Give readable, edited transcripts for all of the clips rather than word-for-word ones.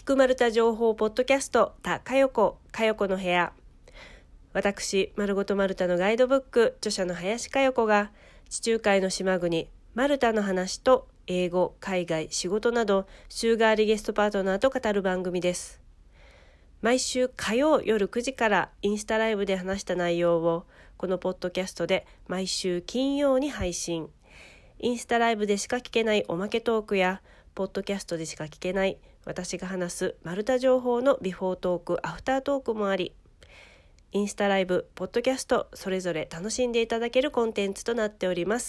くまるた情報ポッドキャストたかよこの部屋。私まるごとマルタのガイドブック著者の林かよこが地中海の島国マルタの話と英語、海外、仕事など週替わりゲストパートナーと語る番組です。毎週火曜夜9時からインスタライブで話した内容をこのポッドキャストで毎週金曜に配信。インスタライブでしか聞けないおまけトークやポッドキャストでしか聞けない私が話すマルタ情報のビフォートーク、アフタートークもあり、インスタライブ、ポッドキャストそれぞれ楽しんでいただけるコンテンツとなっております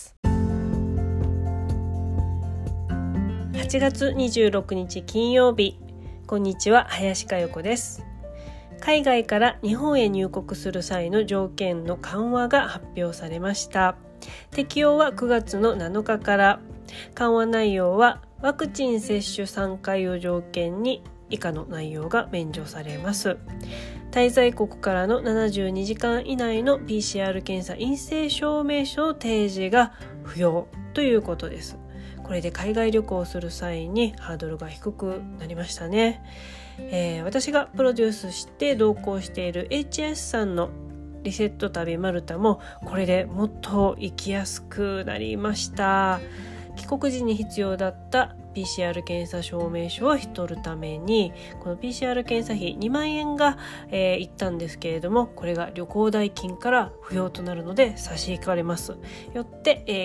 。8月26日金曜日、こんにちは、林かよこです。海外から日本へ入国する際の条件の緩和が発表されました。適用は9月の7日から。緩和内容はワクチン接種3回を条件に以下の内容が免除されます。滞在国からの72時間以内の PCR 検査陰性証明書の提示が不要ということです。これで海外旅行をする際にハードルが低くなりましたね。私がプロデュースして同行している HIS さんのリセット旅マルタもこれでもっと行きやすくなりました。帰国時に必要だった PCR 検査証明書を引き取るためにこの PCR 検査費2万円が、いったんですけれども、これが旅行代金から不要となるので差し引かれます。よって、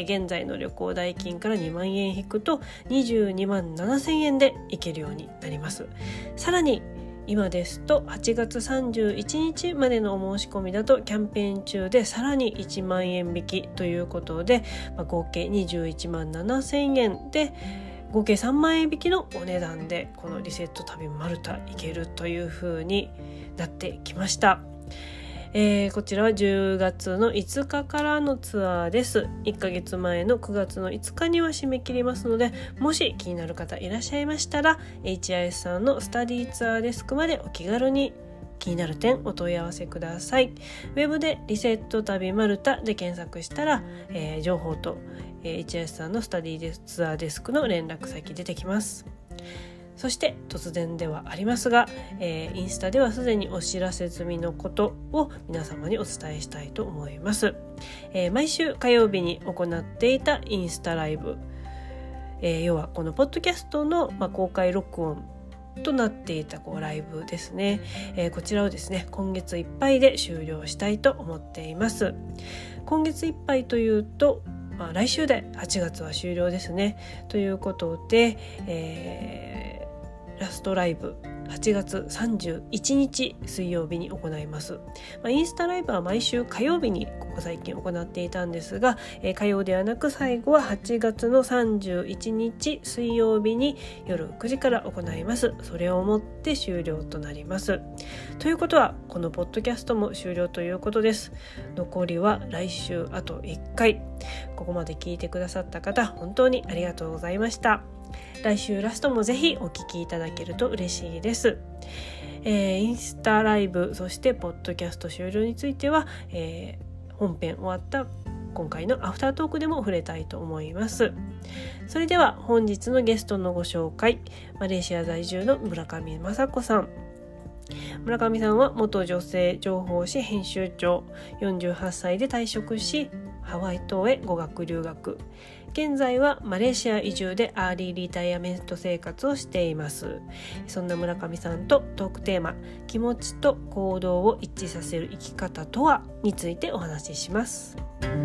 現在の旅行代金から2万円引くと22万7千円で行けるようになります。さらに今ですと8月31日までのお申し込みだとキャンペーン中でさらに1万円引きということで、合計21万7千円で合計3万円引きのお値段でこのリセット旅マルタ行けるという風になってきました。こちらは10月の5日からのツアーです。1ヶ月前の9月の5日には締め切りますので、もし気になる方いらっしゃいましたら HIS さんのスタディツアーデスクまでお気軽に気になる点お問い合わせください。ウェブでリセット旅マルタで検索したら、情報と、HIS さんのスタディツアーデスクの連絡先出てきます。そして突然ではありますが、インスタではすでにお知らせ済みのことを皆様にお伝えしたいと思います。毎週火曜日に行っていたインスタライブ、要はこのポッドキャストの、公開録音となっていたライブですね。こちらをですね今月いっぱいで終了したいと思っています。今月いっぱいというと、来週で8月は終了ですね。ということで、ラストライブ8月31日水曜日に行います。インスタライブは毎週火曜日にここ最近行っていたんですが、火曜ではなく最後は8月の31日水曜日に夜9時から行います。それをもって終了となります。ということはこのポッドキャストも終了ということです。残りは来週あと1回。ここまで聞いてくださった方本当にありがとうございました。来週ラストもぜひお聞きいただけると嬉しいです。インスタライブそしてポッドキャスト終了については、本編終わった今回のアフタートークでも触れたいと思います。それでは本日のゲストのご紹介、マレーシア在住の村上雅子さん。村上さんは元女性情報誌編集長、48歳で退職しハワイ島へ語学留学。現在はマレーシア移住でアーリーリタイアメント生活をしています。そんな村上さんとトークテーマ、気持ちと行動を一致させる生き方とはについてお話しします。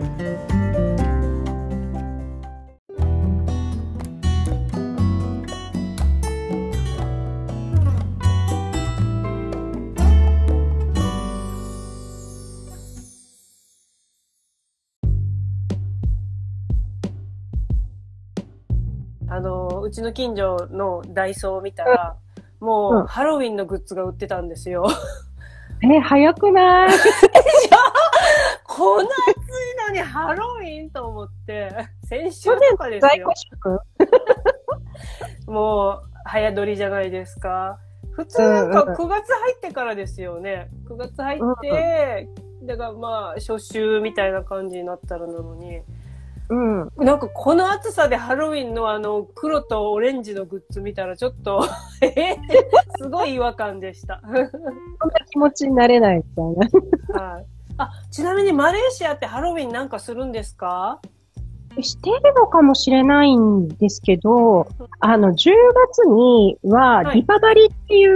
うちの近所のダイソーを見たら、もうハロウィンのグッズが売ってたんですよ。 早くない？ こんな暑いのにハロウィンと思って、先週とかですよ。もう早撮りじゃないですか。普通なんか9月入ってからですよね。9月入って、だから初秋みたいな感じになったらなのに、 うん。 なんかこの暑さでハロウィンの黒とオレンジのグッズ見たらちょっとすごい違和感でした。 そんな気持ちになれないみたいな。 はい。あ、ちなみにマレーシアってハロウィンなんかするんですか？ してるのかもしれないんですけど、10月には、 はい。 ディパバリっていう、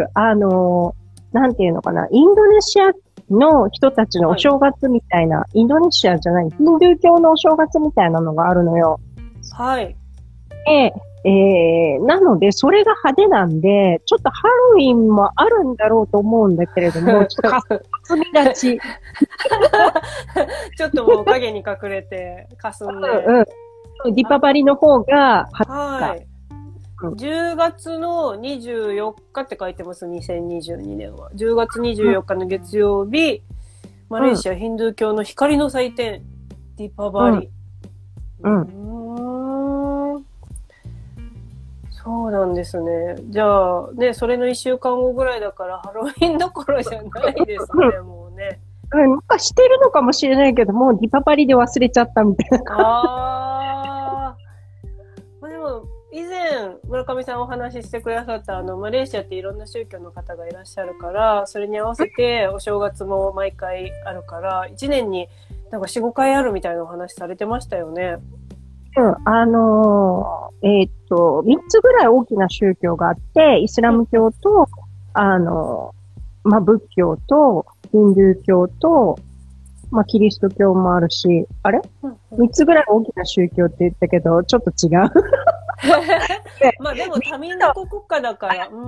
なんていうのかな、インドネシアの人たちのおはい。 正月みたいな、インドネシアじゃない、ヒンドゥー教のお正月みたいなのがあるのよ。 はい。 で、なので、それが派手なんで、ちょっとハロウィンもあるんだろうと思うんだけれども、ちょっと霞みがち。 ちょっともう影に隠れて、霞んで。 うんうん。ディパバリの方が、 はい。 うん。 10月の24日って書いてます、2022年は。10月24日の月曜日、マレーシアヒンドゥー教の光の祭典、ディパバリ。 うん。 そうなんですね。じゃあ、ね、それの1週間後ぐらいだから、ハロウィンどころじゃないですね、もうね。 なんかしてるのかもしれないけど、もうディパパリで忘れちゃったみたいな。 あまあ、でも、以前、村上さんお話ししてくださった、マレーシアっていろんな宗教の方がいらっしゃるから、それに合わせてお正月も毎回あるから、1年になんか4、5回あるみたいなお話されてましたよね。 うん、3つぐらい大きな宗教があって、イスラうん、 ム教と、まあ、仏教と、ヒンドゥー教と、まあ、キリスト教もあるし、あれうん、うん。 ?3 つぐらい大きな宗教って言ったけど、ちょっと違う。で、 まあでも多民族国家だから、うん。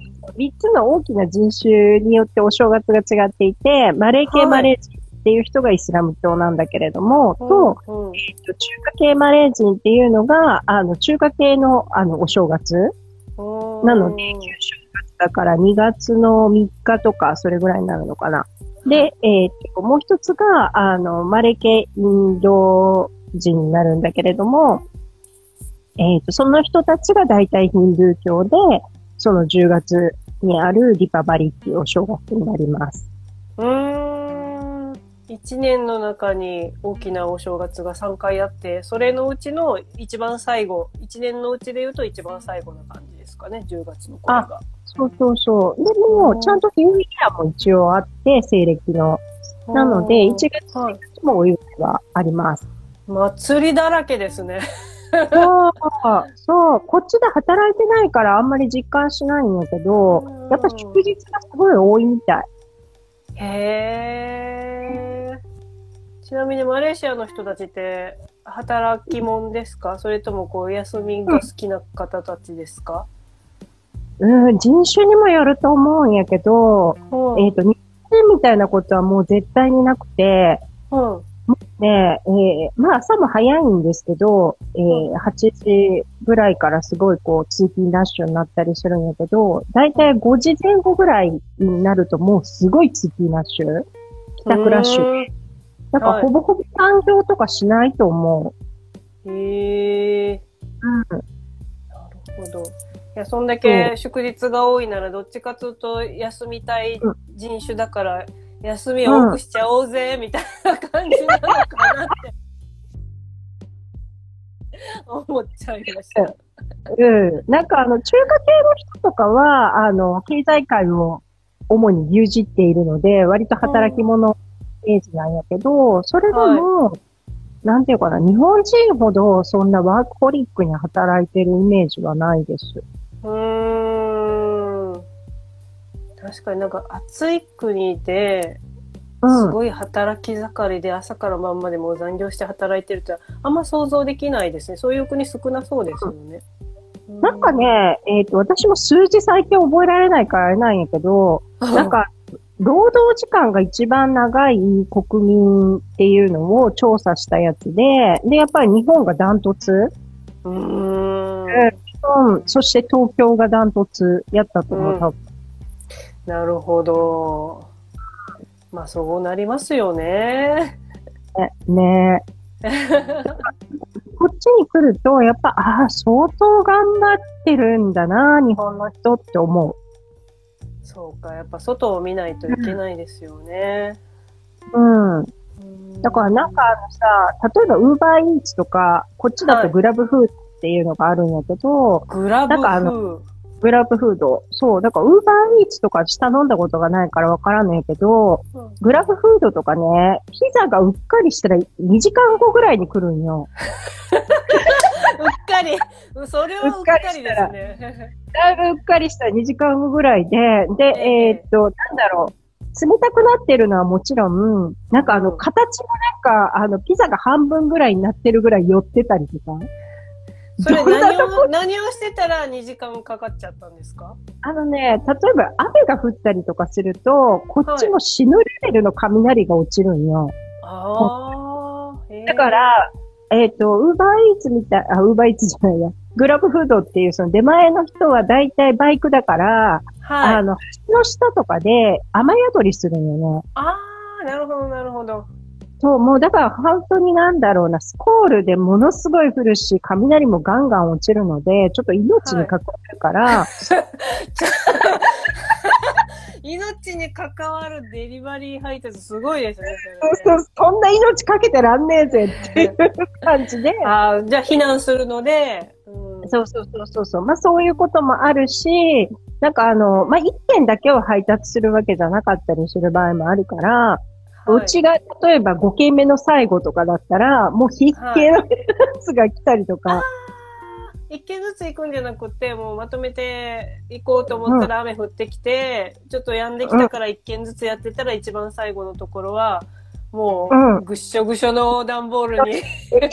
3つの大きな人種によってお正月が違っていて、マレー系マはい。 レー人っていう人がイスラム教なんだけれども、 うん、 と、 うん。 中華系マレー人っていうのが、中華系の、お正月なので、旧正月だから2月の3日とか、それぐらいになるのかな。 はい。 で、もう一つが、マレー系インド人になるんだけれども、その人たちが大体ヒンドゥー教で、その10月にあるディパバリっていうお正月になります。 うーん。一年の中に大きなお正月が3回あって、それのうちの一番最後、一年のうちで言うと一番最後な感じですかね、10月のこれあ、 が。 そうそうそう。でも、ちゃんおー、 とニューイヤーも一応あって、西暦の。なので、1月はい。 1日もお祝いはあります。 祭りだらけですね。 そう、そう、こっちで働いてないからあんまり実感しないんやけうど、やっぱん。 祝日がすごい多いみたい。 へー。ちなみにマレーシアの人たちって働き者ですか？それともこう休みが好きな方たちですか？ うん、人種にもよると思うんやけど、 うん。 日本みたいなことはもう絶対になくて、 うん。 ねまあ朝も早いんですけど、 うん。 8時ぐらいからすごいこう通勤ラッシュになったりするんやけど、だいたい5時前後ぐらいになるともうすごい通勤ラッシュ、帰う宅ラッシュ。 ーん。 なんかはい。 ほぼほぼ残業とかしないと思へえ。 う。うん。 なるほど。いや、そんだそけ祝日が多いならどっちかというと休みたいう。 人種だから休みうん。うん。 多くしちゃおうぜ、みたいな感じなのかなって思っちゃいました。 うん。なんか中華系の人とかは、経済界を主に牛耳っているので、割とうん。 働き者イメージなんやけど、それではい。 も、なんていうかな、日本人ほどそんなワークホリックに働いてるイメージはないです。 うーん。確かになんか暑い国で、 うん。 すごい働き盛りで朝から晩までもう残業して働いてるとあんま想像できないですね。そういう国少なそうですよね。うなんかん。 ね、私も数字最近覚えられないからあれなんやけど、なんか、労働時間が一番長い国民っていうのを調査したやつで、やっぱり日本がダントツ、 うーん。 日本、そして東京がダントツやったと思う、 うん。 多分なるほど。まあそうなりますよね。 ね。ね。こっちに来ると、やっぱ、ああ、相当頑張ってるんだな、日本の人って思う。 そうか、やっぱ外を見ないといけないですよね。 うん。うん。 うーだからなんか例えばウーバーイーツとか、こっちだとグラブフードっていうのがあるんだけど、 グラブフード。 グラブフード。そう。だからウーバーイーツとか頼んだことがないからわからないけど、グラブフードとかね、ピザがうっかりしたら2時間後ぐらいに来るんよ。 うっかり。それはうっかりですね。 だいぶうっかりしたら2時間後ぐらいで、で、なんだろう。冷たくなってるのはもちろん、なんか形もなんか、ピザが半分ぐらいになってるぐらい寄ってたりとか。 それ何をしてたら2時間かかっちゃったんですか？ 例えば雨が降ったりとかすると、こっちも死ぬレベルの雷が落ちるんよ。だから、ウーバーイーツみたい、ウーバーイーツじゃないや。グラブフードっていうその出前の人は大体バイクだから、橋の下とかで雨宿りするんよね。 なるほど、なるほど。 そう、もうだから本当になんだろうな、スコールでものすごい降るし、雷もガンガン落ちるので、ちょっと命に関わるから、 命に関わるデリバリー配達すごいですね。 そんな命かけてらんねえぜっていう感じで。 じゃあ避難するので、 そう。まあそういうこともあるし、なんかまあ一件だけを配達するわけじゃなかったりする場合もあるから、うちが例えば5件目の最後とかだったら、もう筆形のやつが来たりとか。 一件ずつ行くんじゃなくて、もうまとめて行こうと思ったら雨降ってきて、ちょっと止んできたから一件ずつやってたら一番最後のところは、もう、ぐっしょぐしょの段ボールに。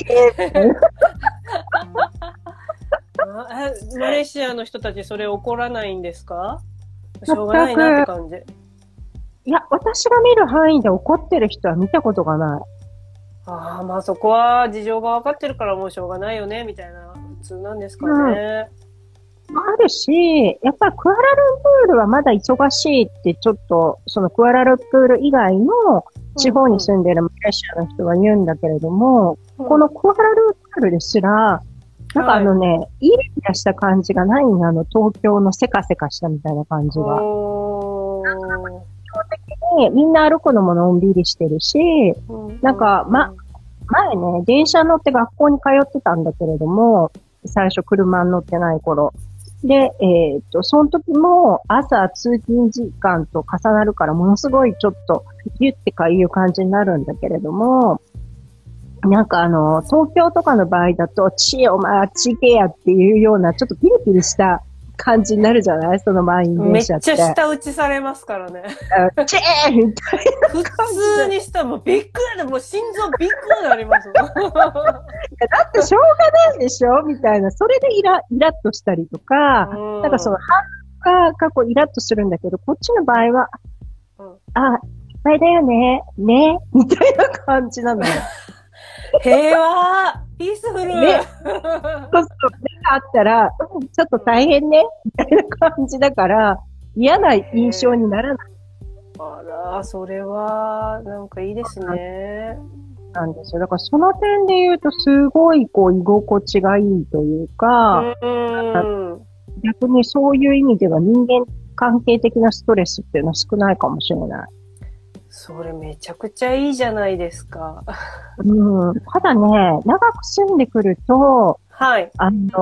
マレーシアの人たちそれ怒らないんですか？しょうがないなって感じ。 いや、私が見る範囲で怒ってる人は見たことがない。 まあそこは事情が分かってるからもうしょうがないよね、みたいな普通なんですかね。 あるし、やっぱりクアラルンプールはまだ忙しいってちょっと、そのクアラルンプール以外の地方に住んでるマレーシアの人は言うんだけれども、このクアラルンプールですら、なんかイライラした感じがないんや、東京のせかせかしたみたいな感じが。基本的にみんな歩くのものんびりしてるし、なんか、前ね、電車乗って学校に通ってたんだけれども、最初車に乗ってない頃。で、その時も朝通勤時間と重なるからものすごいちょっとギュッてかいう感じになるんだけれども、なんか東京とかの場合だと、お前あっち行けやっていうようなちょっとピリピリした感じになるじゃないその満員電車って。 めっちゃ舌打ちされますからね。 チェーみたいな。 普通にしたらもうびっくりで、もう心臓びっくりになります。 だってしょうがないでしょみたいな。それでイラッとしたりとか、なんかその反感がこうイラッとするんだけど、こっちの場合は、いっぱいだよね、みたいな感じなのよ。 平和ピースフルね。そうそう。目があったら、ちょっと大変ねみたいな感じだから、嫌な印象にならない。 あら、それは、なんかいいですね。 なんですよ。だからその点で言うと、すごいこう、居心地がいいというか、逆にそういう意味では人間関係的なストレスっていうのは少ないかもしれない。 それめちゃくちゃいいじゃないですか。 ただね、長く住んでくると、 はい。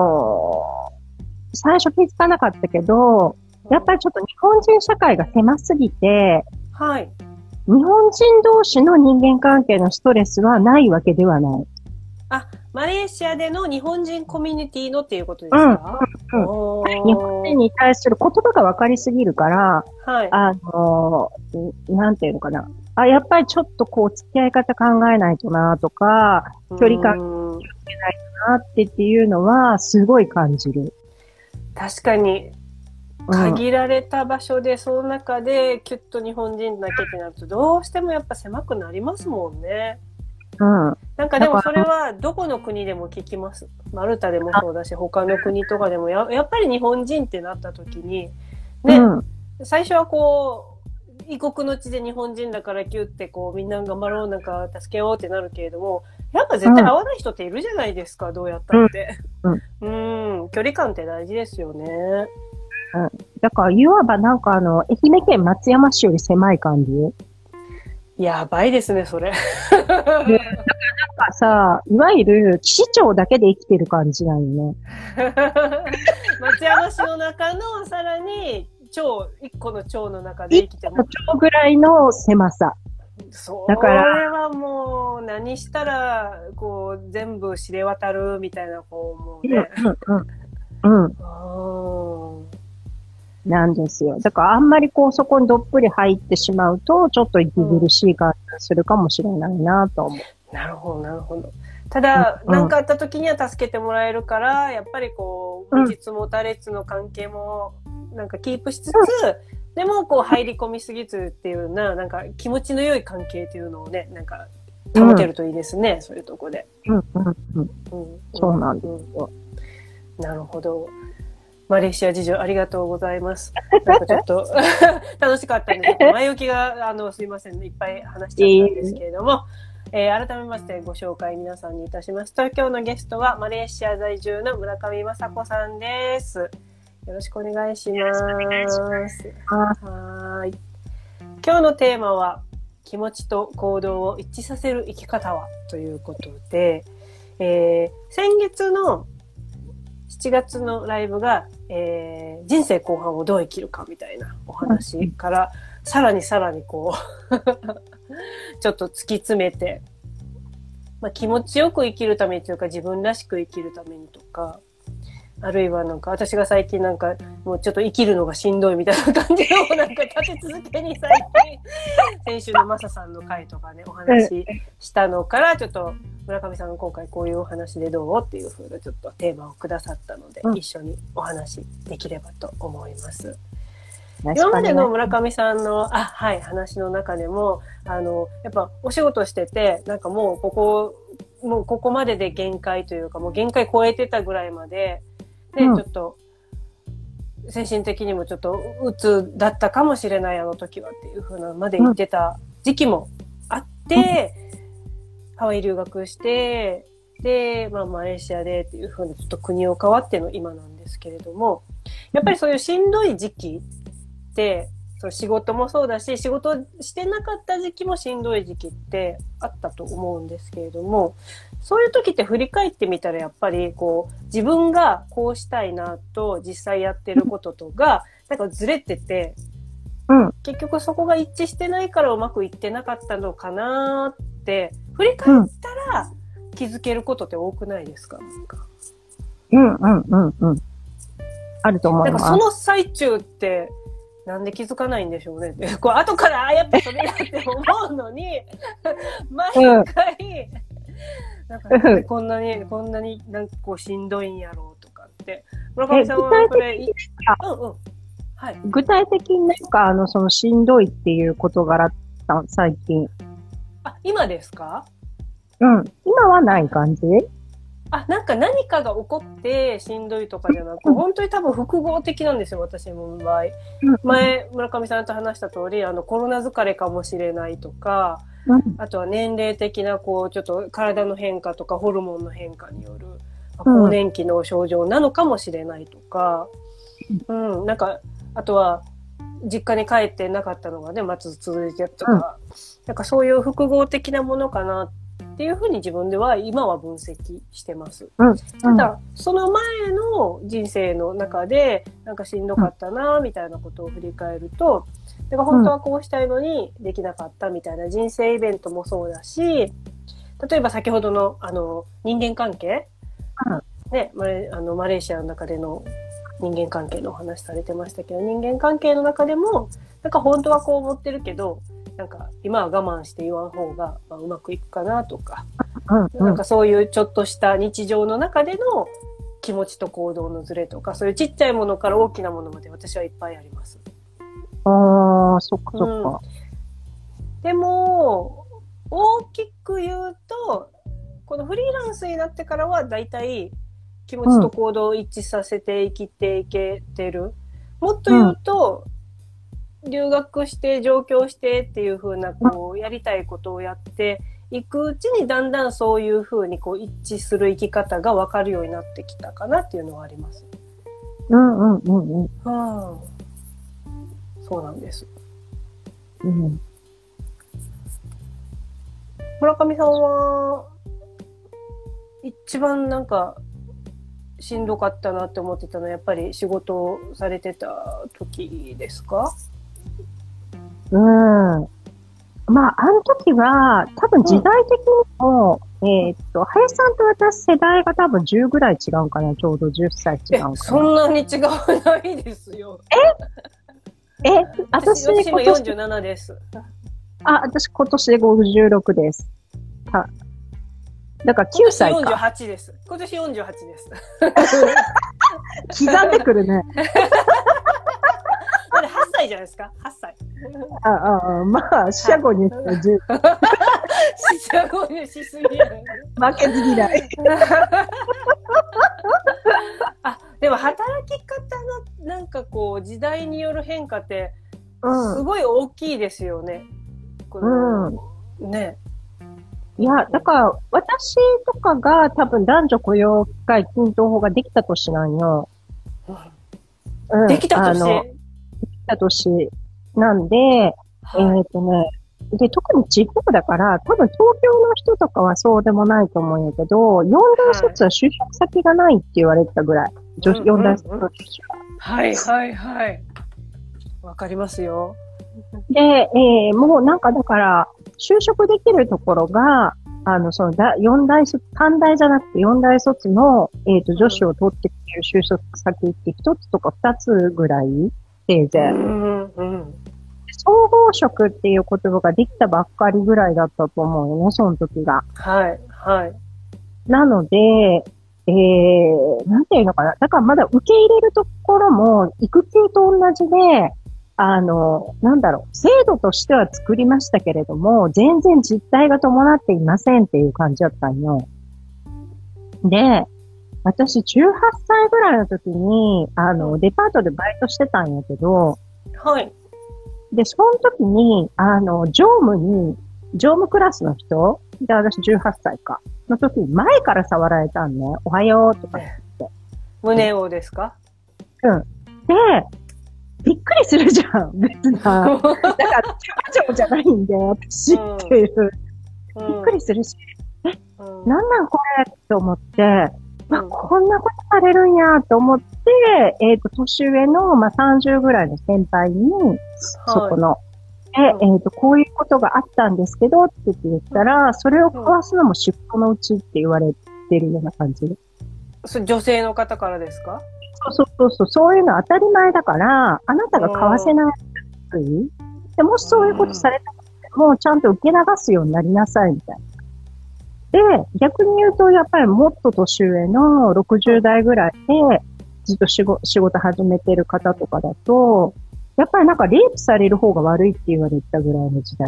最初気づかなかったけど、やっぱりちょっと日本人社会が狭すぎて、 はい。 日本人同士の人間関係のストレスはないわけではない。 マレーシアでの日本人コミュニティのっていうことですか？ 日本人に対する言葉が分かりすぎるから、 はい。 なんていうのかな。やっぱりちょっとこう、付き合い方考えないとなとか、距離感気をつけないとなっていうのは、すごい感じる。 確かに、限られた場所で、その中で、キュッと日本人だけってなると、どうしてもやっぱ狭くなりますもんね。なんかでもそれはどこの国でも聞きます。マルタでもそうだし、他の国とかでもやっぱり日本人ってなった時に、ね、最初はこう、異国の地で日本人だからキュってこうみんな頑張ろうなんか助けようってなるけれども、やっぱ絶対合わない人っているじゃないですか、どうやったって。距離感って大事ですよね。 だから、いわばなんか愛媛県松山市より狭い感じ。 やばいですね、それ。 で、なんかさ、いわゆる騎士長だけで生きてる感じなんよね。 松山市の中のさらに一個の町の中で生きてる。 町ぐらいの狭さ。 そだかられはもう何したらこう全部知れ渡るみたいなこうもうね。 なんですよ。だからあんまりこうそこにどっぷり入ってしまうと、ちょっと息苦しい感じがするかもしれないなと思う。 なるほど、なるほど。ただ、何かあった時には助けてもらえるから、やっぱりこう、持ちつ持たれつの関係も、なんかキープしつつ、でもこう入り込みすぎずっていうなんか気持ちの良い関係っていうのをね、なんか保てるといいですね、そういうとこで。 そうなんですよ。 なるほど。マレーシア事情ありがとうございます。なんかちょっと楽しかったんですけど、前置きがすいませんね、いっぱい話しちゃったんですけれども、改めましてご紹介皆さんにいたしますと、今日のゲストはマレーシア在住の村上雅子さんです。よろしくお願いします。はい。今日のテーマは、気持ちと行動を一致させる生き方はということで、先月の7月のライブが、人生後半をどう生きるかみたいなお話から、さらにこうちょっと突き詰めて、まあ、気持ちよく生きるためにというか自分らしく生きるためにとか、あるいはなんか私が最近なんかもうちょっと生きるのがしんどいみたいな感じをなんか立て続けに最近先週のマサさんの回とかねお話ししたのからちょっと村上さんが今回こういうお話でどうっていう風なちょっとテーマをくださったので、一緒にお話できればと思います。今までの村上さんの話の中でもやっぱお仕事しててなんかもうここまでで限界というかもう限界超えてたぐらいまでで、ちょっと精神的にもちょっと鬱だったかもしれないあの時はっていう風なまで言ってた時期もあって、ハワイ留学してで、まあ、マレーシアでっていう風にちょっと国を変わっての今なんですけれどもやっぱりそういうしんどい時期で、その仕事もそうだし、仕事してなかった時期もしんどい時期ってあったと思うんですけれども、そういう時って振り返ってみたらやっぱりこう、自分がこうしたいなと実際やってることとが、なんかずれてて、結局そこが一致してないからうまくいってなかったのかなって、振り返ったら気づけることって多くないですか？ あると思います。 なんかその最中って、なんで気づかないんでしょうね。こう後からやっぱそれだって思うのに、毎回、なんかこんなになんかこうしんどいんやろうとかって。村上さんはこれ、 はい。具体的になんかそのしんどいっていう事柄った最近。 あ、今ですか？ 今はない感じ？ なんか何かが起こってしんどいとかじゃなく、本当に多分複合的なんですよ、私の場合。前、村上さんと話した通り、コロナ疲れかもしれないとか、あとは年齢的な、こう、ちょっと体の変化とか、ホルモンの変化による、更年期の症状なのかもしれないとか、なんか、あとは、実家に帰ってなかったのがね、まず続いてとか、なんかそういう複合的なものかなっていうふうに自分では今は分析してます。ただ、その前の人生の中で、なんかしんどかったな、みたいなことを振り返ると、だから本当はこうしたいのにできなかったみたいな人生イベントもそうだし、例えば先ほどの、人間関係、ね、マレーシアの中での人間関係のお話されてましたけど、人間関係の中でも、なんか本当はこう思ってるけど、なんか今は我慢して言わん方が、うまくいくかなとか、なんかそういうちょっとした日常の中での気持ちと行動のズレとか、そういうちっちゃいものから大きなものまで私はいっぱいあります。 そっかそっか。 でも、大きく言うと、このフリーランスになってからはだいたい気持ちと行動を一致させて生きていけてる。もっと言うと、留学して上京してっていう風なこうやりたいことをやっていくうちにだんだんそういう風にこう一致する生き方が分かるようになってきたかなっていうのはあります。そうなんです。 村上さんは、一番なんか、しんどかったなって思ってたのは、やっぱり仕事をされてた時ですか？ うん。まあ、あの時は、多分時代的にも、林さんと私世代が多分10ぐらい違うかな。ちょうど10歳違うかな。 そんなに違わないですよ。 私今47です。 私今年で56です。だから9歳か。 今年48です。今年48です。 刻んでくるね。 まだ8歳じゃないですか ?8 歳。 まあ、四捨五入したら10。 四捨五入しすぎやね。 負けず嫌い。 でも働き方のなんかこう時代による変化ってすごい大きいですよね。ね。 いや、だから、私とかが多分男女雇用機会均等法ができた年なんよ。 できた年？ できた年なんで、で、特に地方だから、多分東京の人とかはそうでもないと思うんやけど、4大卒は就職先がないって言われてたぐらい。4大卒の女子は。 はいはいはい。わかりますよ。 で、もうなんかだから、就職できるところが、その4大卒、短大じゃなくて4大卒の、女子を取ってくれる就職先って1つとか2つぐらい、せいぜい。総合職っていう言葉ができたばっかりぐらいだったと思うよね、その時が。 はい、はい。 なので、なんていうのかな。だからまだ受け入れるところも、育休と同じで、なんだろう、制度としては作りましたけれども、全然実態が伴っていませんっていう感じだったんよ。で、私18歳ぐらいの時に、デパートでバイトしてたんやけど、 はい。 で、その時に、乗務クラスの人で、私18歳か。の時に前から触られたんね。おはようとか言って。 胸をですか？ うん。で、びっくりするじゃん、別な。だから、ちょこちょこじゃないんで、私っていう。びっくりするし、なんなんこれと思って、こんなことされるんやと思って、年上の、30ぐらいの先輩に、そこの、こういうことがあったんですけどって言ったら、それを壊すのも出向のうちって言われてるような感じ。 女性の方からですか？ そういうの当たり前だから、あなたが買わせないといい。で、もしそういうことされたら、もうちゃんと受け流すようになりなさいみたいな。で、逆に言うと、やっぱりもっと年上の60代ぐらいで、ずっと仕事始めてる方とかだと、やっぱりなんかレイプされる方が悪いって言われたぐらいの時代。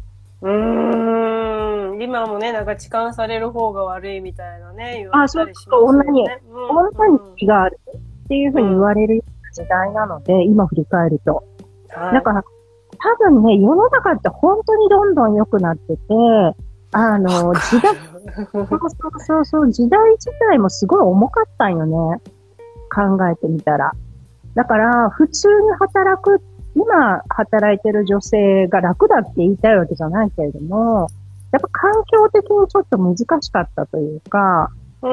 今もね、なんか痴漢される方が悪いみたいなね、言われたりしますよね。女に気があるっていうふうに言われる時代なので、今振り返ると。だから、多分ね、世の中って本当にどんどん良くなってて、時代、時代自体もすごい重かったんよね。考えてみたら。だから、普通に今働いてる女性が楽だって言いたいわけじゃないけれども、やっぱ環境的にちょっと難しかったというか、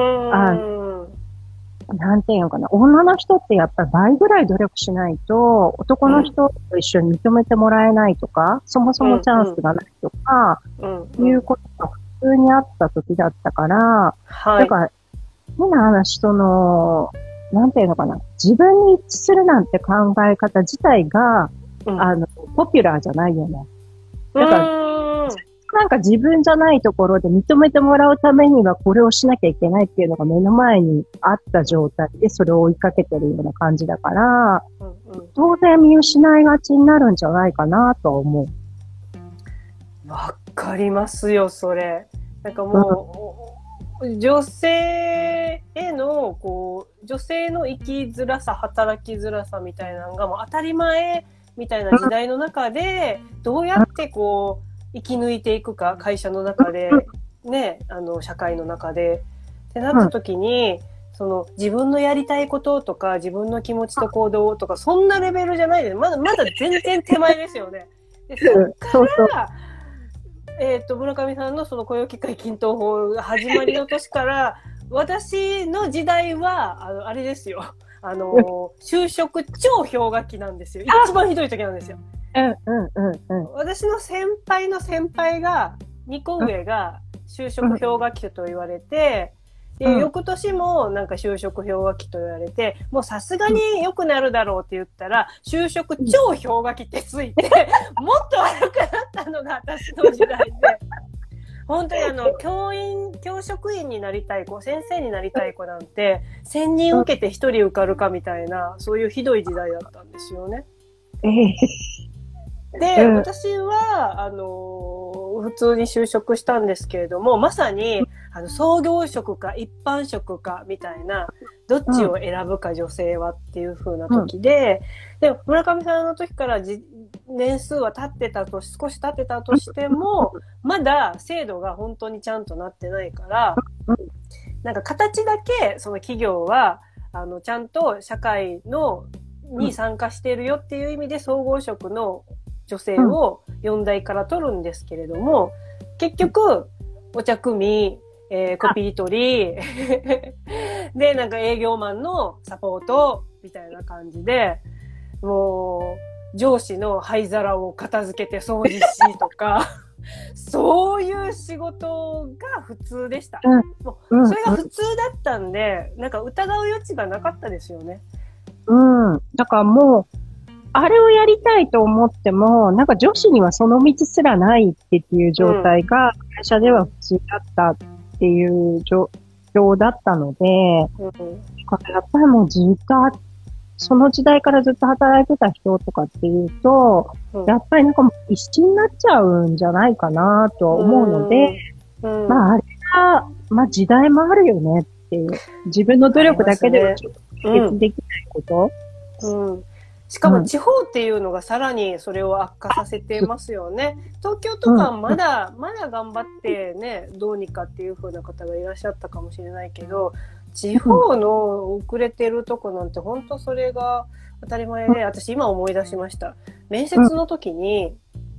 なんていうのかな、女の人ってやっぱり倍ぐらい努力しないと、男の人と一緒に認めてもらえないとか、そもそもチャンスがないとか、いうことが普通にあった時だったから、だから、変な話、なんていうのかな、自分に一致するなんて考え方自体が、ポピュラーじゃないよね。だから、なんか自分じゃないところで認めてもらうためにはこれをしなきゃいけないっていうのが目の前にあった状態でそれを追いかけてるような感じだから、当然見失いがちになるんじゃないかなと思う。わかりますよ、それ。なんかもう、女性への、女性の生きづらさ、働きづらさみたいなのがもう当たり前みたいな時代の中で、どうやって生き抜いていくか、会社の中で、ね、社会の中で、ってなった時に、自分のやりたいこととか、自分の気持ちと行動とか、そんなレベルじゃないです。まだ全然手前ですよね。で、そっから、 村上さんのその雇用機会均等法が始まりの年から、私の時代は、あれですよ。就職超氷河期なんですよ。一番ひどい時なんですよ。私の先輩の先輩が、2個上が就職氷河期と言われて、で、翌年もなんか就職氷河期と言われて、もうさすがに良くなるだろうって言ったら、就職超氷河期ってついて、もっと悪くなったのが私の時代で。本当に教職員になりたい子、先生になりたい子なんて、1000人受けて1人受かるかみたいな、そういうひどい時代だったんですよね。で、私は、普通に就職したんですけれども、まさに、創業職か一般職かみたいな、どっちを選ぶか女性はっていう風な時で、で、村上さんの時から年数は少し経ってたとしても、まだ制度が本当にちゃんとなってないから、なんか形だけ、その企業は、ちゃんと社会に参加しているよっていう意味で総合職の女性を4代から取るんですけれども、結局、お茶組、コピー取り、で、なんか営業マンのサポート、みたいな感じで、もう、上司の灰皿を片付けて掃除しとか、そういう仕事が普通でした。もうそれが普通だったんで、なんか疑う余地がなかったですよね。 だからもう、あれをやりたいと思っても、なんか女子にはその道すらないっていう状態が会社では普通だったっていう状況だったので、やっぱりもうその時代からずっと働いてた人とかっていうと、やっぱりなんかもう一緒になっちゃうんじゃないかなとは思うので、まああれが、まあ時代もあるよねっていう、自分の努力だけではちょっと解決できないこと。 しかも地方っていうのがさらにそれを悪化させてますよね。東京とかまだ頑張ってね、どうにかっていう風な方がいらっしゃったかもしれないけど、地方の遅れてるとこなんて本当それが当たり前で、私今思い出しました。面接の時に、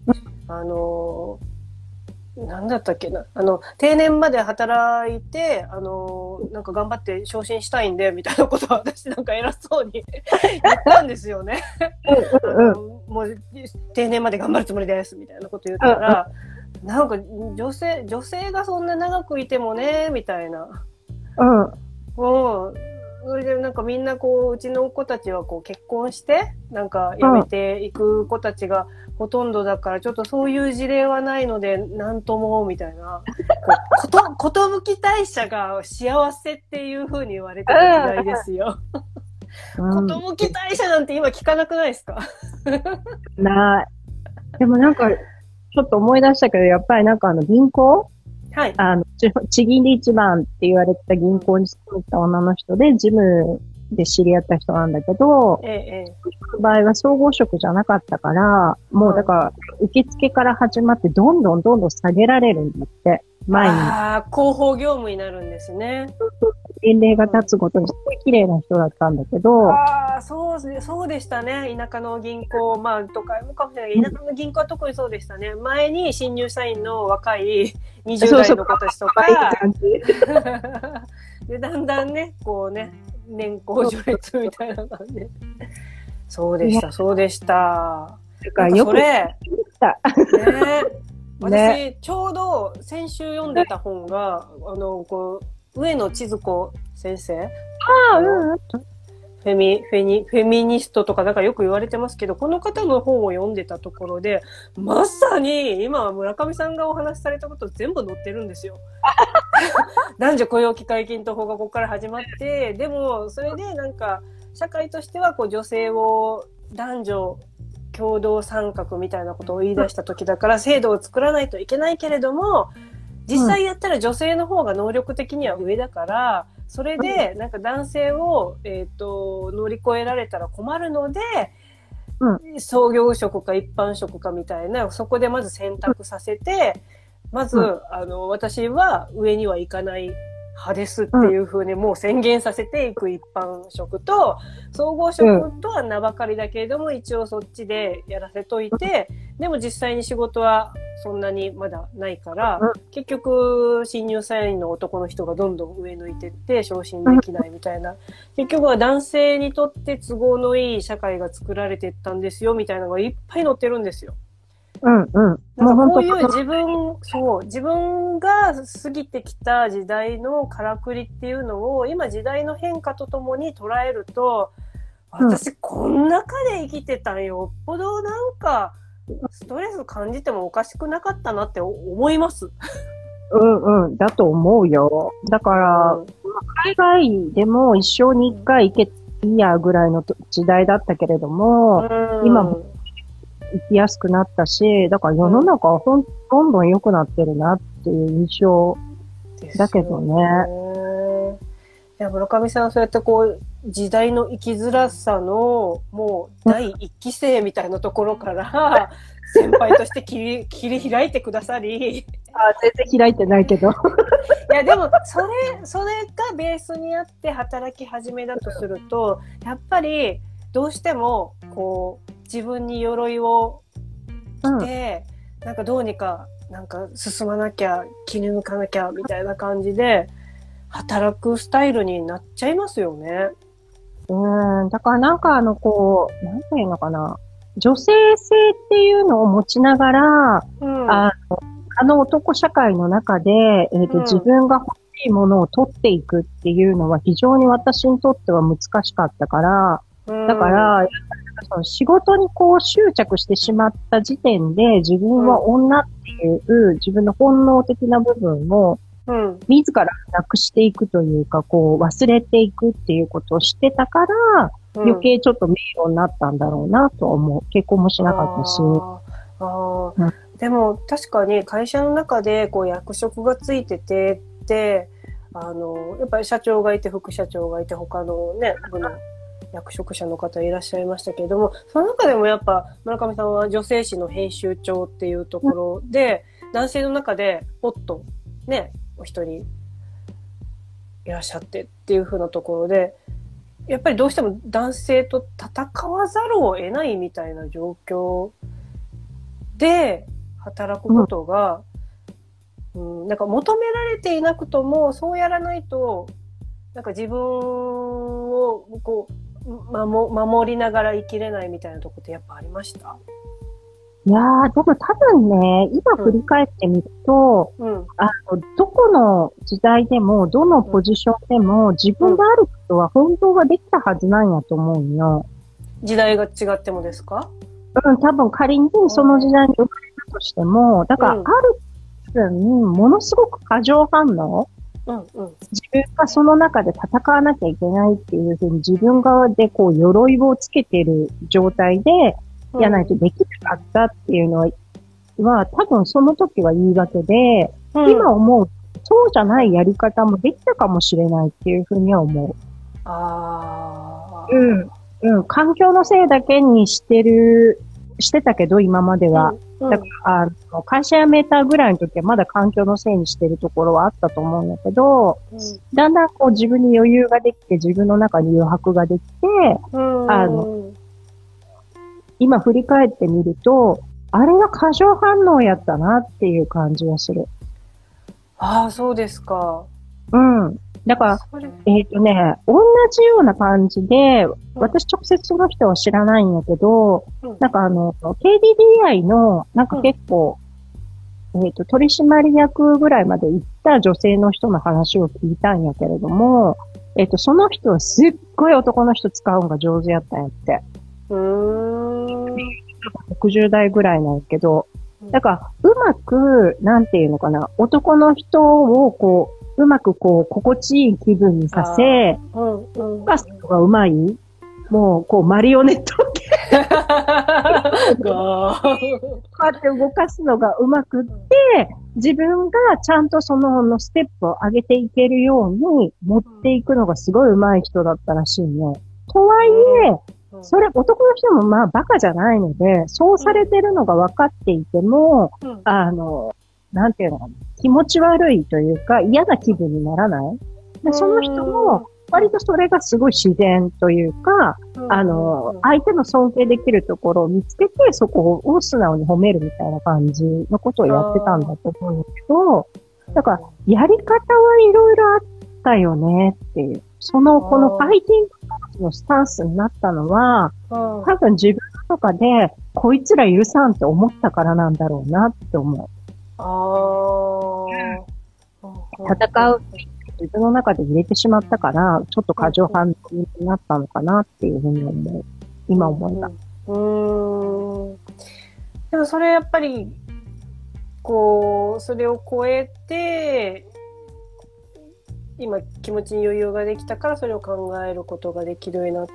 なんだったっけな。定年まで働いて、なんか頑張って昇進したいんで、みたいなことは私なんか偉そうに言ったんですよね。もう定年まで頑張るつもりです、みたいなこと言ったら、なんか女性がそんな長くいてもね、みたいな。それでなんかみんなこう、うちの子たちはこう結婚して、なんか辞めていく子たちがほとんどだから、ちょっとそういう事例はないので、なんとも、みたいな。ことぶき大社が幸せっていう風に言われてた時代ですよ。ことぶき大社なんて今聞かなくないですか？ ない。でもなんか、ちょっと思い出したけど、やっぱりなんか銀行はい。 地銀で一番って言われてた銀行に勤めた女の人で、事務で知り合った人なんだけど、その場合は総合職じゃなかったから、もうだから、受付から始まってどんどん下げられるんだって、前に。 広報業務になるんですね。 年齢が経つごとにすごい綺麗な人だったんだけど。 そうでしたね。田舎の銀行、まあ、都会もかもしれないけど、田舎の銀行は特にそうでしたね。前に新入社員の若い20代の子たちとか、で、だんだんね、こうね、年功序列みたいな感じで。そうでした。 よく私、ちょうど先週読んでた本が、上野千鶴子先生フェミニストとかなんかよく言われてますけど、この方の本を読んでたところで、まさに今村上さんがお話しされたこと全部載ってるんですよ。男女雇用機会均等法がここから始まって、でもそれでなんか社会としてはこう女性を男女共同参画みたいなことを言い出した時だから制度を作らないといけないけれども、実際やったら女性の方が能力的には上だから、それでなんか男性を、乗り越えられたら困るので、創業職か一般職かみたいな、そこでまず選択させて、まず、私は上には行かない派ですっていう風にもう宣言させていく一般職と、総合職とは名ばかりだけれども、一応そっちでやらせといて、でも実際に仕事はそんなにまだないから、結局新入社員の男の人がどんどん上抜いてって昇進できないみたいな、結局は男性にとって都合のいい社会が作られていったんですよみたいなのがいっぱい載ってるんですよ。 うんうん。 なんかこういう自分が過ぎてきた時代のからくりっていうのを今時代の変化とともに捉えると、私こん中で生きてたんよっぽどなんかストレス感じてもおかしくなかったなって思います。 うんうん、だと思うよ。だから、海外でも一生に一回行けいいやぐらいの時代だったけれども、今も行きやすくなったし、だから世の中はどんどん良くなってるなっていう印象だけどね。 いや、村上さん、そうやってこう、時代の生きづらさの、もう、第一期生みたいなところから、先輩として切り開いてくださり。 全然開いてないけど。いや、でも、それがベースにあって働き始めだとすると、やっぱり、どうしても、こう、自分に鎧を着て、なんかどうにか、なんか進まなきゃ、切り抜かなきゃ、みたいな感じで、働くスタイルになっちゃいますよね。 だからなんかなんていうのかな。女性性っていうのを持ちながら、男社会の中で、自分が欲しいものを取っていくっていうのは非常に私にとっては難しかったから、だから、その仕事にこう執着してしまった時点で自分は女っていう自分の本能的な部分を自らなくしていくというか、こう忘れていくっていうことをしてたから、余計ちょっと迷路になったんだろうなと思う。結婚もしなかったし。 でも確かに会社の中でこう役職がついててって、やっぱり社長がいて副社長がいて他のね、部の役職者の方いらっしゃいましたけれども、その中でもやっぱ村上さんは女性誌の編集長っていうところで、男性の中でポッとね、お一人いらっしゃってっていう風なところで、やっぱりどうしても男性と戦わざるを得ないみたいな状況で働くことが、なんか求められていなくともそうやらないとなんか自分をこう守りながら生きれないみたいなとこってやっぱありました？ いやー、でも多分ね、今振り返ってみると、どこの時代でも、どのポジションでも、自分があることは本当はできたはずなんやと思うよ。 時代が違ってもですか？ 多分仮にその時代に生まれたとしても、だからある分、ものすごく過剰反応、自分がその中で戦わなきゃいけないっていうふうに自分側でこう鎧をつけてる状態で、やないとできなかったっていうのは、多分その時は言い訳で、今思う、そうじゃないやり方もできたかもしれないっていうふうには思う。環境のせいだけにしてたけど、今までは。だから会社辞めたぐらいの時はまだ環境のせいにしてるところはあったと思うんだけど、だんだんこう自分に余裕ができて、自分の中に余白ができて、今振り返ってみると、あれは過剰反応やったなっていう感じはする。 そうですか。 だから、同じような感じで、私直接その人は知らないんやけど、なんかKDDI の、なんか結構、取締役ぐらいまで行った女性の人の話を聞いたんやけれども、その人はすっごい男の人使うのが上手やったんやって。60代ぐらいなんやけど、だから、うまく、なんていうのかな、男の人をこう、うまくこう、心地いい気分にさせ、動かすのがうまい。もう、こう、マリオネットこうやって動かすのがうまくって、自分がちゃんとそのステップを上げていけるように持っていくのがすごい上手い人だったらしいね。とはいえ、それ男の人もまあバカじゃないので、そうされてるのが分かっていても、なんていうのかな、 気持ち悪いというか嫌な気分にならない。でその人も割とそれがすごい自然というか、相手の尊敬できるところを見つけて、そこを素直に褒めるみたいな感じのことをやってたんだと思うんだけど、だから、やり方はいろいろあったよねっていう。このファイティングのスタンスになったのは、多分自分とかで、こいつら許さんって思ったからなんだろうなって思う。戦う自分の中で入れてしまったから、ちょっと過剰反応になったのかなっていうふうに思う。今思えば。 でもそれやっぱり、こう、それを超えて、今気持ちに余裕ができたからそれを考えることができるようになって、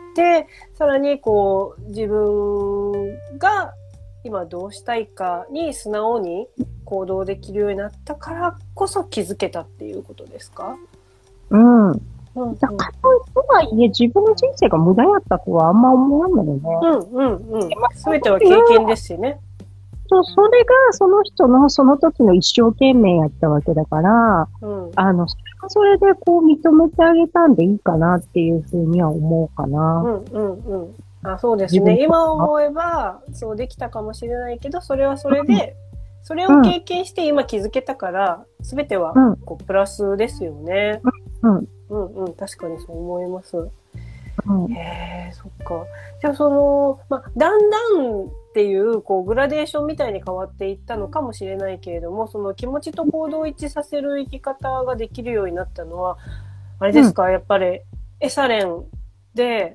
さらにこう、自分が今どうしたいかに素直に行動できるようになったからこそ気づけたっていうことですか？ だからとはいえ自分の人生が無駄やったとはあんま思わんのよね。 すべては経験ですよね。 そう、それがその人のその時の一生懸命やったわけだから、それでこう認めてあげたんでいいかなっていうふうには思うかな。 そうですね。今思えばそうできたかもしれないけど、それはそれで、それを経験して今気づけたから、すべてはこうプラスですよね。確かにそう思います。そっか。じゃあだんだんっていう、こう、グラデーションみたいに変わっていったのかもしれないけれども、その気持ちと行動を一致させる生き方ができるようになったのは、あれですか、やっぱり、エサレンで、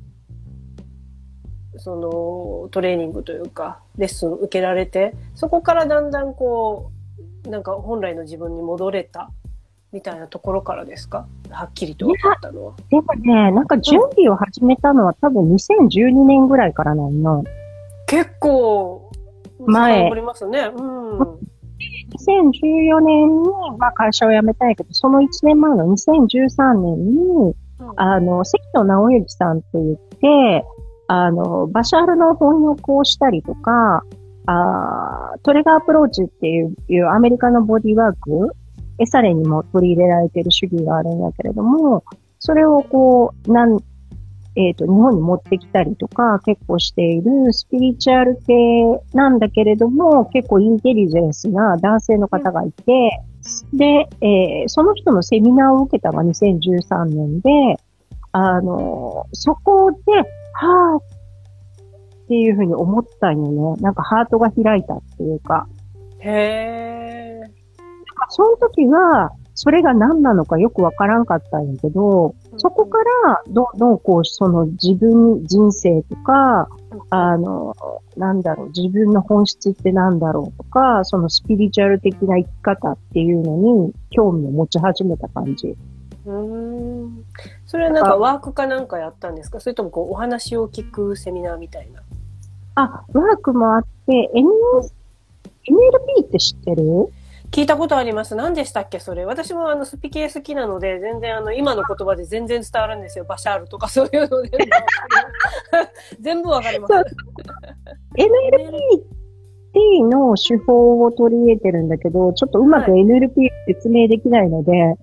トレーニングというか、レッスン受けられて、そこからだんだんこう、なんか本来の自分に戻れたみたいなところからですか？はっきりと分かったのは。 でもね、なんか準備を始めたのは多分2012年ぐらいからなんの。 結構、 前。 りますね。 2014年に、会社を辞めたんやけど、その1年前の2013年に、関野直之さんって言って、バシャールの翻訳をしたりとか、トレガーアプローチっていうアメリカのボディワーク、エサレにも取り入れられている主義があるんだけれども、それをこう、日本に持ってきたりとか結構しているスピリチュアル系なんだけれども、結構インテリジェンスな男性の方がいて、で、その人のセミナーを受けたのが2013年で、そこで、はぁっていうふうに思ったんよね。なんかハートが開いたっていうか。その時は、それが何なのかよくわからんかったんやけど、そこから、どんどんこう、自分、人生とか、自分の本質ってなんだろうとか、そのスピリチュアル的な生き方っていうのに興味を持ち始めた感じ。 それはなんかワークかなんかやったんですか？それともこう、お話を聞くセミナーみたいな。 ワークもあって、NLP って知ってる？ 聞いたことあります。何でしたっけそれ。私もスピ系好きなので、全然今の言葉で全然伝わるんですよ。バシャールとかそういうので。全部わかります。 NLP の手法を取り入れてるんだけど、ちょっとうまく NLP 説明できないので。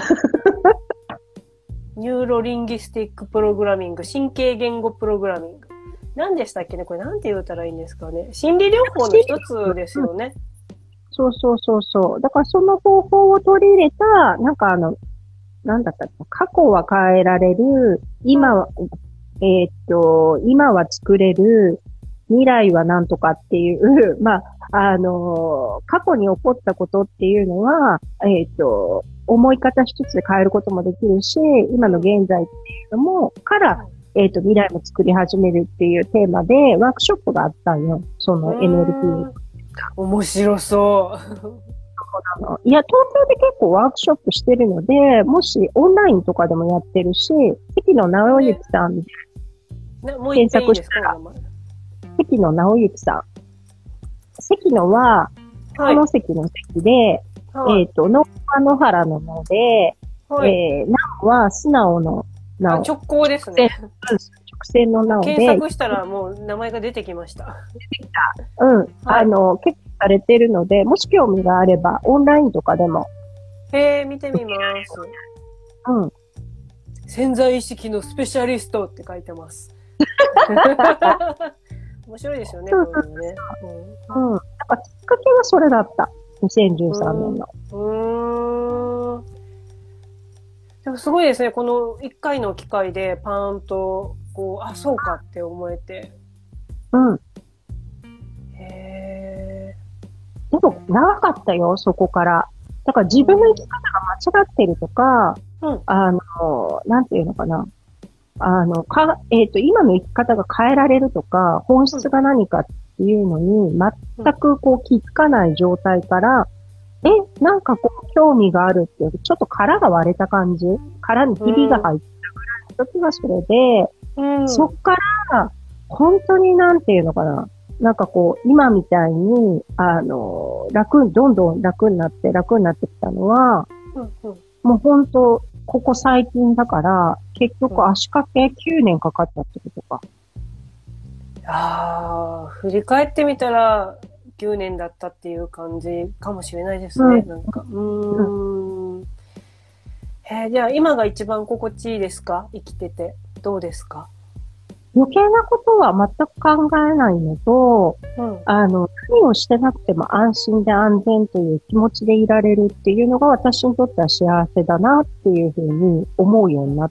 ニューロリンギスティックプログラミング、神経言語プログラミング。何でしたっけねこれなんて言うたらいいんですかね。心理療法の一つですよね。 そう。だからその方法を取り入れた、なんかなんだったっけ、過去は変えられる、今は作れる、未来はなんとかっていう、過去に起こったことっていうのは、思い方一つで変えることもできるし、今の現在っていうのも、未来も作り始めるっていうテーマでワークショップがあったんよ。その NLP。 面白そう。 いや、東京で結構ワークショップしてるので、もしオンラインとかでもやってるし、関野直之さん検索したら、関野直之さん。関野は、この関の関で、野原の野で、直は素直の直。 直行ですね。 直線の直で。 検索したらもう名前が出てきました。 出てきた。結構されてるので、もし興味があれば、オンラインとかでも。 へえ、見てみます。 うん。 潜在意識のスペシャリストって書いてます。面白いですよね、こういうのね。 うん。なんかきっかけはそれだった。2013年の。 でもすごいですね。この1回の機会でパーンと、こう、あ、そうかって思えて。 うん。 へでも、長かったよ、そこから。だから自分の生き方が間違ってるとか、 うん。 なんていうのかな。今の生き方が変えられるとか、本質が何かっていうのに、全くこう気づかない状態から、なんかこう興味があるっていう、ちょっと殻が割れた感じ、殻にひびが入ったぐらいの時がそれで、そっから、本当になんていうのかな。なんかこう、今みたいに、どんどん楽になってきたのは、もう本当、ここ最近だから、結局足掛け9年かかったってことか。 振り返ってみたら、9年だったっていう感じかもしれないですね。なんか。じゃあ今が一番心地いいですか？生きてて。どうですか？ 余計なことは全く考えないのと、何をしてなくても安心で安全という気持ちでいられるっていうのが私にとっては幸せだなっていうふうに思うようになって、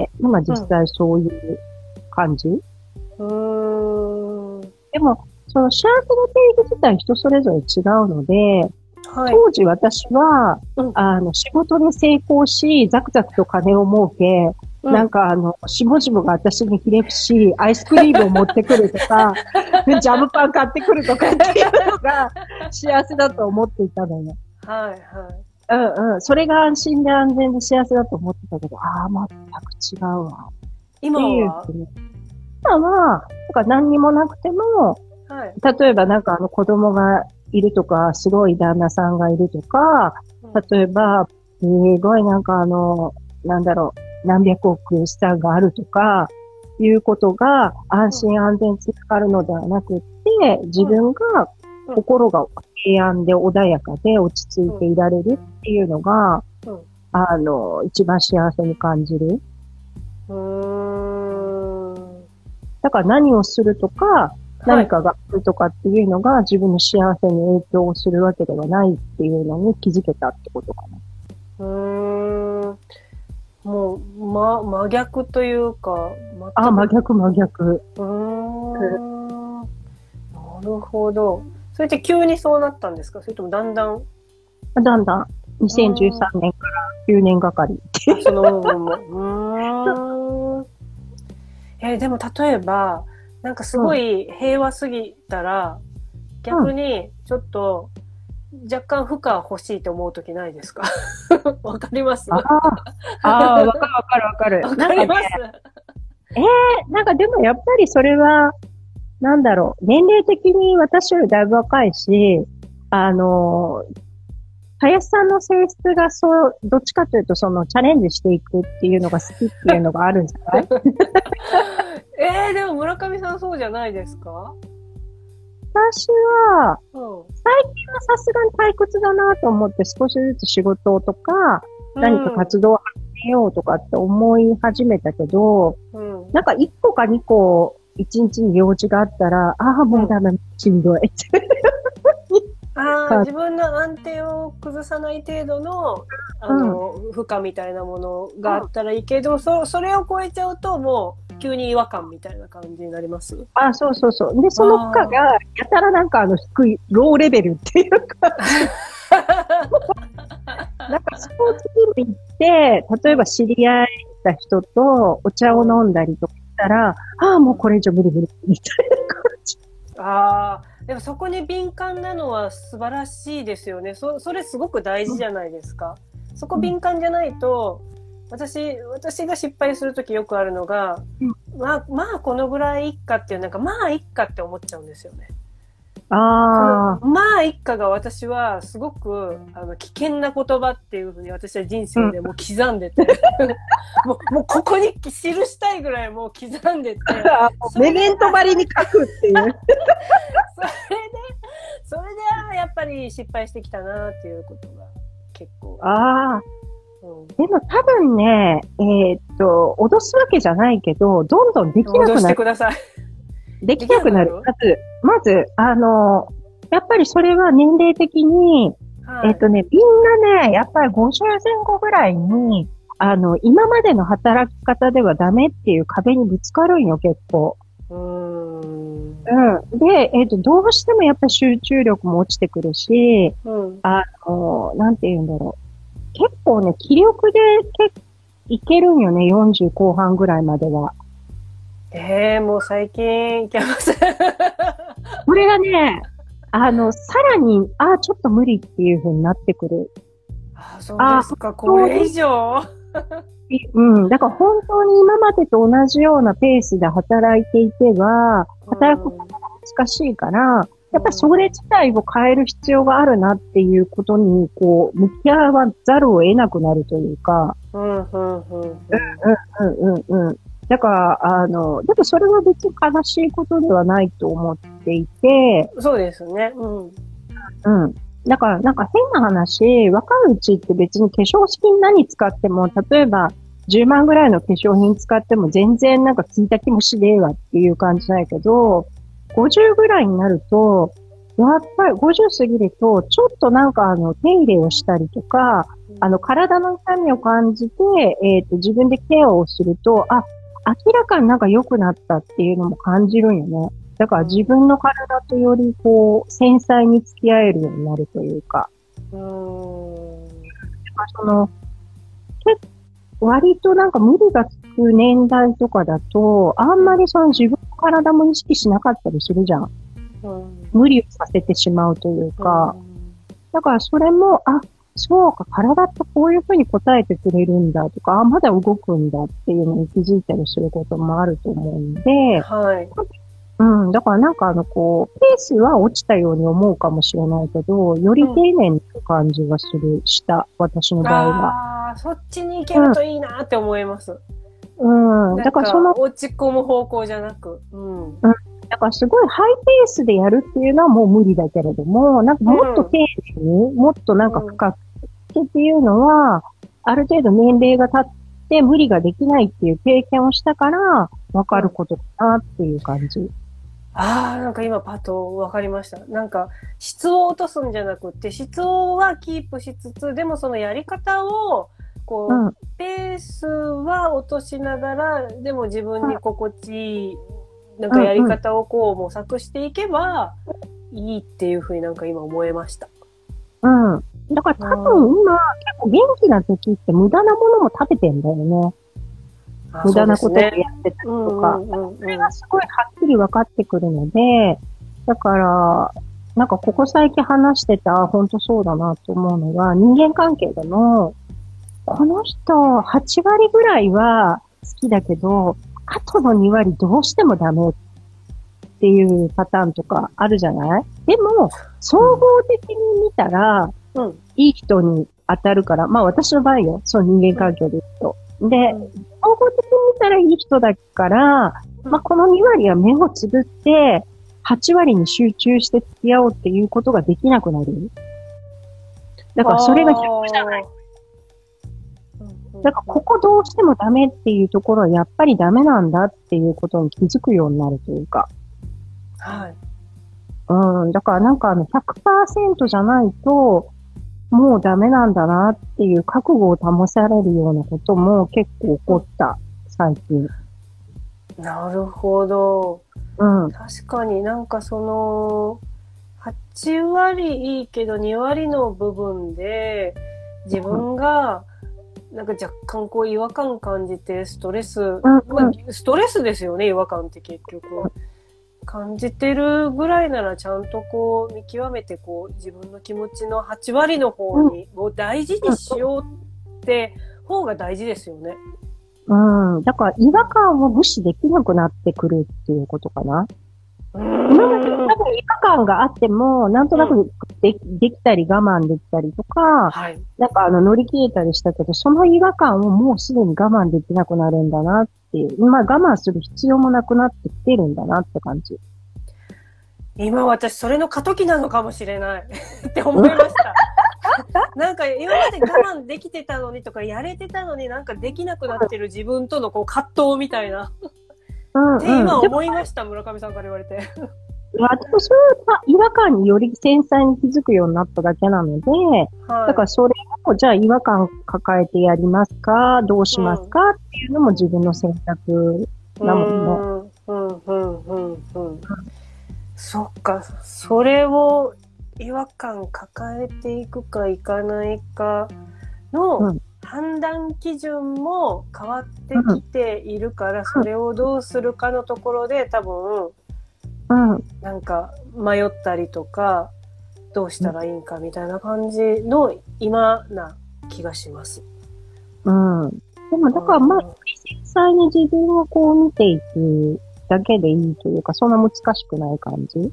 今実際そういう感じ。でも、その幸せの定義自体人それぞれ違うので、当時私は、仕事で成功し、ザクザクと金を儲け、なんかしもじもが私にひれ伏し、アイスクリームを持ってくるとか、ジャムパン買ってくるとかっていうのが幸せだと思っていたのよ。それが安心で安全で幸せだと思ってたけど、全く違うわ。 今はなんか何にもなくても、例えばなんか子供がいるとか、すごい旦那さんがいるとか、例えば、すごいなんかなんだろう、何百億資産があるとか、いうことが安心安全につながるのではなくって、自分が心が平安で穏やかで落ち着いていられるっていうのが、一番幸せに感じる。だから何をするとか、何かがあるとかっていうのが自分の幸せに影響をするわけではないっていうのに気づけたってことかな。 もう、真逆というか。 真逆。なるほど。それって急にそうなったんですか？それともだんだん。 だんだん、2013年から9年がかり。 その部分も。でも例えば、なんかすごい平和すぎたら、逆にちょっと若干負荷欲しいと思うときないですか？わかります？ わかる。 わかります？ なんかでもやっぱりそれは、なんだろう、年齢的に私よりだいぶ若いし、林さんの性質がどっちかというとチャレンジしていくっていうのが好きっていうのがあるんじゃないでも村上さんそうじゃないですか？ 私は、最近はさすがに退屈だなと思って少しずつ仕事とか、何か活動を始めようとかって思い始めたけど、なんか1個か2個1日に用事があったら、もうダメ、しんどい。 自分の安定を崩さない程度の、負荷みたいなものがあったらいいけど、それを超えちゃうともう急に違和感みたいな感じになります？ そう。で、その負荷が、やたらなんか低い、ローレベルっていうか、なんかスポーツジム行って、例えば知り合いた人とお茶を飲んだりとかしたら、もうこれ以上無理みたいな感じ。 でもそこに敏感なのは素晴らしいですよね。それすごく大事じゃないですか。そこ敏感じゃないと、私が失敗するときよくあるのが、このぐらいいっかっていう、なんかいっかって思っちゃうんですよね。 ああ。 まあ一家が私はすごく危険な言葉っていうふうに私は人生でもう刻んでて、もうここに記したいぐらいもう刻んでて、 メメント張りに書くっていう。 それでやっぱり失敗してきたなっていうことが結構。 ああ。でも多分ね、脅すわけじゃないけど、どんどんできなくなる。 脅してください。 できなくなる。まず、やっぱりそれは年齢的に、みんなね、やっぱり50前後ぐらいに、今までの働き方ではダメっていう壁にぶつかるんよ、結構。で、どうしてもやっぱり集中力も落ちてくるし、なんて言うんだろう。結構ね、気力でいけるんよね、40後半ぐらいまでは。 もう最近、いけません。 これがね、さらに、ちょっと無理っていう風になってくる。 そうですか、これ以上。 だから本当に今までと同じようなペースで働いていては、働くことが難しいから、やっぱりそれ自体を変える必要があるなっていうことに、こう、向き合わざるを得なくなるというか。だから、でもそれは別に悲しいことではないと思っていて。 そうですね。 だから、なんか変な話、若いうちって別に化粧品何使っても、例えば10万ぐらいの化粧品使っても全然なんか効いた気もしねえわっていう感じないけど、50ぐらいになると、やっぱり50過ぎると、ちょっとなんか手入れをしたりとか、体の痛みを感じて、自分でケアをすると、明らかになんか良くなったっていうのも感じるんよね。だから自分の体とよりこう、繊細に付き合えるようになるというか。割となんか無理がつく年代とかだと、あんまりその自分の体も意識しなかったりするじゃん。無理をさせてしまうというか。だからそれも、そうか、体ってこういうふうに応えてくれるんだとか、まだ動くんだっていうのに気づいたりすることもあると思うんで、だからなんかペースは落ちたように思うかもしれないけど、より丁寧に感じがした、私の場合は。 そっちに行けるといいなって思います。 だから落ち込む方向じゃなく。 だからすごいハイペースでやるっていうのはもう無理だけれども、なんかもっと丁寧に、もっとなんか深くっていうのは、ある程度年齢が経って無理ができないっていう経験をしたから、わかることかなっていう感じ。 なんか今パッとわかりました。なんか質を落とすんじゃなくて、質はキープしつつ、でもそのやり方を、こう、ペースは落としながら、でも自分に心地いい、なんかやり方をこう模索していけばいいっていうふうになんか今思えました。 だから多分今、結構元気な時って無駄なものも食べてんだよね。無駄なことをやってたりとか。それがすごいはっきり分かってくるので、だから、なんかここ最近話してた、本当そうだなと思うのが、人間関係でも、この人8割ぐらいは好きだけど、あとの2割どうしてもダメっていうパターンとかあるじゃない？でも、総合的に見たら、いい人に当たるから、まあ私の場合よ、その人間関係で言うと。で、総合的に見たらいい人だから、まあこの2割は目をつぶって、8割に集中して付き合おうっていうことができなくなる。だからそれが100じゃない。だからここどうしてもダメっていうところはやっぱりダメなんだっていうことに気づくようになるというか。だからなんか100% じゃないと、もうダメなんだなっていう覚悟を保されるようなことも結構起こった、最近。 なるほど。確かになんか8割いいけど2割の部分で自分がなんか若干こう違和感感じてストレスですよね、違和感って結局。感じてるぐらいならちゃんとこう見極めてこう自分の気持ちの8割の方にを大事にしようって方が大事ですよね。 だから違和感を無視できなくなってくるっていうことかな。 今まで多分違和感があっても、なんとなくできたり我慢できたりとか、 はい。 なんか乗り切れたりしたけど、その違和感をもうすでに我慢できなくなるんだなっていう。まあ我慢する必要もなくなってきてるんだなって感じ。 今私それの過渡期なのかもしれないって思いました。なんか今まで我慢できてたのにとかやれてたのになんかできなくなってる自分とのこう葛藤みたいなうんって今でも、 思いました。村上さんから言われて。 私は違和感により繊細に気づくようになっただけなので、だかはらそれを、じゃあ違和感抱えてやりますかどうしますかっていうのも自分の選択い。 なもんね。 そっか、それを違和感抱えていくかいかないかの判断基準も変わってきているから、それをどうするかのところで多分、なんか迷ったりとか、どうしたらいいんかみたいな感じの今な気がします。 でもだからまあ、繊細に自分をこう見ていくだけでいいというか、そんな難しくない感じ。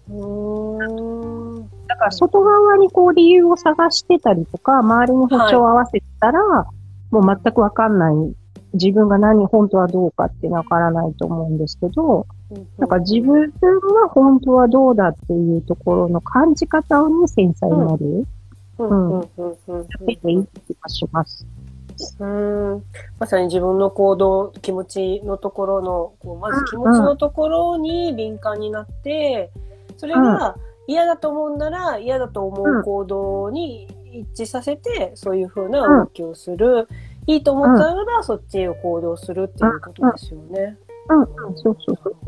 だから外側にこう理由を探してたりとか、周りに歩調を合わせたら、もう全くわかんない。自分が本当はどうかっていうのはわからないと思うんですけど、だから自分は本当はどうだっていうところの感じ方をね、繊細になる。だけでいい気がします。 まさに自分の行動、気持ちのところの、まず気持ちのところに敏感になって、それが嫌だと思うんなら嫌だと思う行動に一致させて、そういう風な動きをする。いいと思ったならそっちを行動するっていうことですよね。 そう。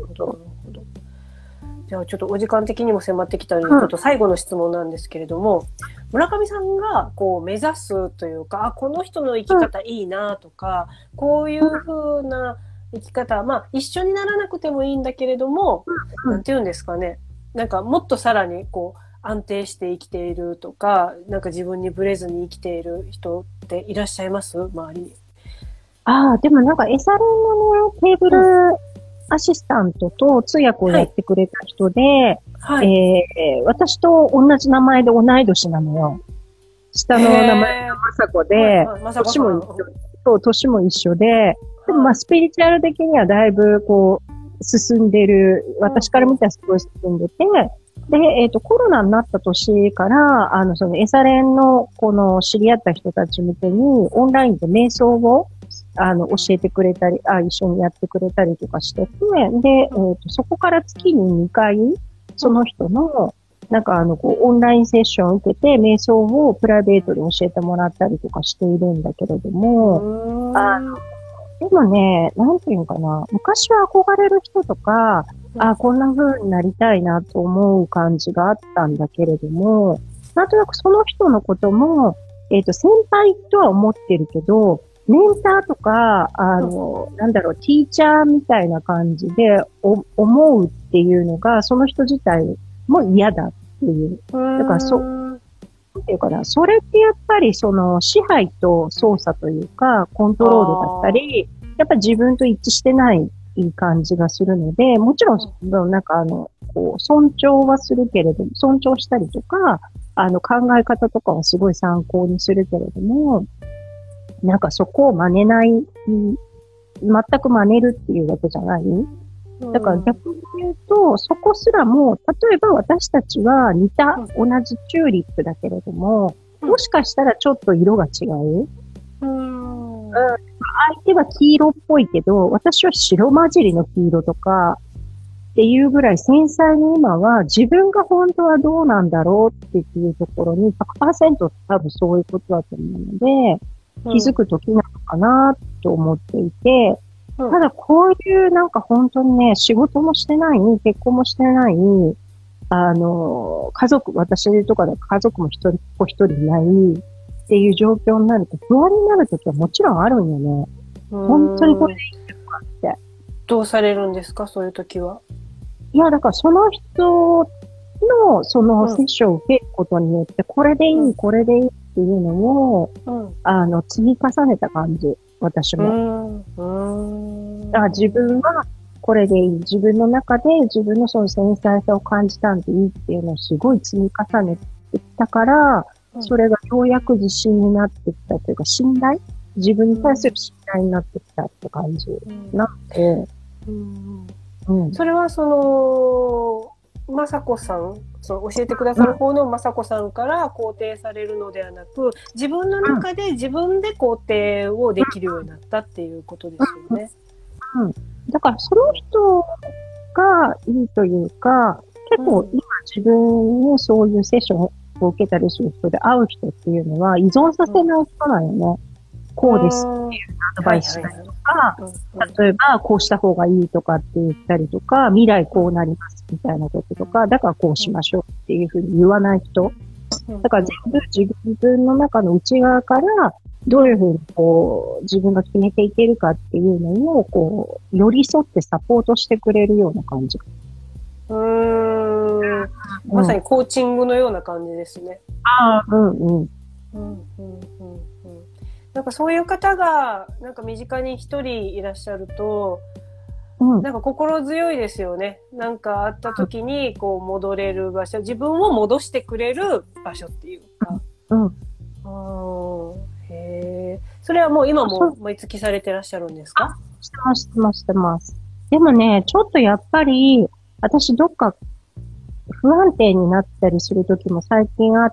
じゃあちょっとお時間的にも迫ってきたので、ちょっと最後の質問なんですけれども、村上さんがこう目指すというか、この人の生き方いいなとか、こういう風な生き方、まあ一緒にならなくてもいいんだけれども、なんていうんですかね、なんかもっとさらにこう安定して生きているとか、なんか自分にブレずに生きている人っていらっしゃいます？周りに。 でもなんかエサレンのね、テーブルアシスタントと通訳をやってくれた人で、私と同じ名前で同い年なのよ。下の名前がまさこで、年も一緒。そう、年も一緒で、でもまあスピリチュアル的にはだいぶこう、進んでる、私から見たらすごい進んでて、で、コロナになった年から、そのエサレンのこの知り合った人たち向けにオンラインで瞑想を教えてくれたり、一緒にやってくれたりとかしてて、で、そこから月に2回、その人の、なんかこう、オンラインセッションを受けて、瞑想をプライベートで教えてもらったりとかしているんだけれども、でもね、なんていうのかな、昔は憧れる人とか、こんな風になりたいなと思う感じがあったんだけれども、なんとなくその人のことも、先輩とは思ってるけど、メンターとか、なんだろう、ティーチャーみたいな感じで思うっていうのが、その人自体も嫌だっていう。だからなんていうかな、それってやっぱりその支配と操作というか、コントロールだったり、やっぱ自分と一致してない感じがするので、もちろん、なんかこう、尊重はするけれども、尊重したりとか、考え方とかはすごい参考にするけれども、なんかそこを真似ない、全く真似るっていうわけじゃない。だから逆に言うと、そこすらも、例えば私たちは似た同じチューリップだけれども、もしかしたらちょっと色が違う。相手は黄色っぽいけど、私は白混じりの黄色とか、っていうぐらい繊細に今は自分が本当はどうなんだろうっていうところに 100% 多分そういうことだと思うので、気づく時なのかなと思っていて、ただこういうなんか本当にね、仕事もしてない、結婚もしてない、家族、私とかで家族も一人いないっていう状況になると不安になる時はもちろんあるんよね。本当にこれでいいのかって。 どうされるんですか、そういう時は。 いや、だからその人のそのセッションを受けることによって、これでいい、これでいいっていうのを、積み重ねた感じ。私も。だから自分は、 これでいい。自分の中で自分のその繊細さを感じたんでいいっていうのをすごい積み重ねてきたから、それがようやく自信になってきたというか、信頼自分に対する信頼になってきたって感じなので、 それは雅子さん、教えてくださる方の雅子さんから肯定されるのではなく、自分の中で自分で肯定をできるようになったっていうことですよね。 だからその人がいいというか、結構今自分にそういうセッションを受けたりする人で会う人っていうのは依存させない人なんよね。こうですっていうアドバイスしたりとか、例えばこうした方がいいとかって言ったりとか、未来こうなりますみたいなこととか、だからこうしましょうっていうふうに言わない人。だから全部自分の中の内側からどういうふうにこう自分が決めていけるかっていうのをこう寄り添ってサポートしてくれるような感じ。 まさにコーチングのような感じですね。なんかそういう方がなんか身近に一人いらっしゃると、なんか心強いですよね。なんかあった時にこう戻れる場所、自分を戻してくれる場所っていうか。それはもう今も毎月されてらっしゃるんですか？ してます。でもね、ちょっとやっぱり私どっか不安定になったりする時も最近あって、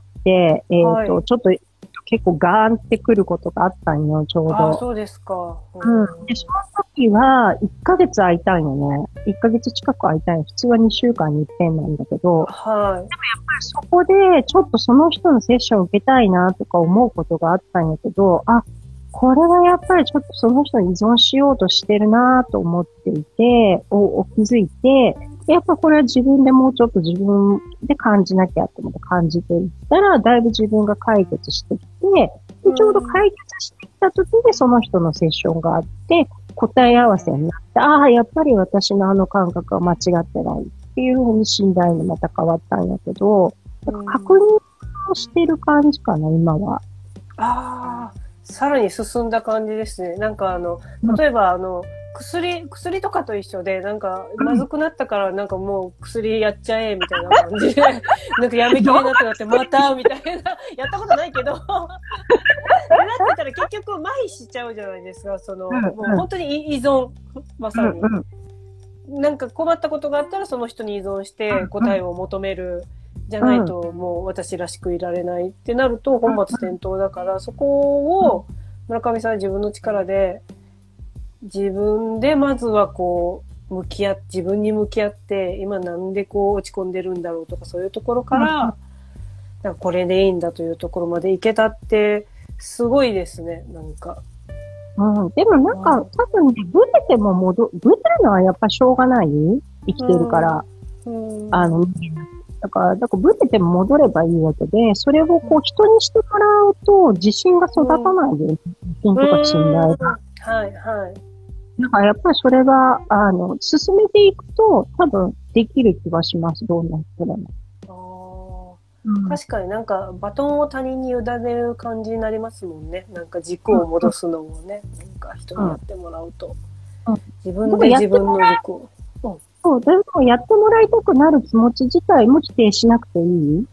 ちょっと結構ガーンってくることがあったんよ、ちょうど。 そうですか。 で、その時は1ヶ月空いたんよね。1ヶ月近く空いたんよ。普通は2週間に一遍なんだけど。でもやっぱりそこでちょっとその人のセッションを受けたいなとか思うことがあったんやけど、これはやっぱりちょっとその人に依存しようとしてるなと思っていて、気づいて、やっぱこれは自分でもうちょっと自分で感じなきゃって思って感じていったら、だいぶ自分が解決してきて、でちょうど解決してきた時にその人のセッションがあって、答え合わせになって、やっぱり私のあの感覚は間違ってないっていうふうに信頼にまた変わったんやけど、確認をしてる感じかな、今は。 さらに進んだ感じですね。なんか例えば薬とかと一緒で、なんか、まずくなったから、なんかもう薬やっちゃえ、みたいな感じで、なんかやめきれなくなって、また、みたいな、やったことないけど、なってたら結局、麻痺しちゃうじゃないですか、もう本当に依存、まさに。なんか困ったことがあったら、その人に依存して答えを求める、じゃないと、もう私らしくいられないってなると、本末転倒だから、そこを、村上さんは自分の力で、自分でまずはこう自分に向き合って、今なんでこう落ち込んでるんだろうとか、そういうところから、なんかこれでいいんだというところまでいけたって、すごいですね、なんか。 でもなんか、多分ね、ブレてるのはやっぱしょうがない生きてるから。だからブレても戻ればいいわけで、それをこう人にしてもらうと自信が育たないよ。自信とか信頼が。だからやっぱりそれが、進めていくと多分できる気がします。どんな人でも。 確かになんかバトンを他人に委ねる感じになりますもんね。なんか軸を戻すのもね。なんか人にやってもらうと。自分で自分の軸を。 そう、でもやってもらいたくなる気持ち自体も否定しなくていい。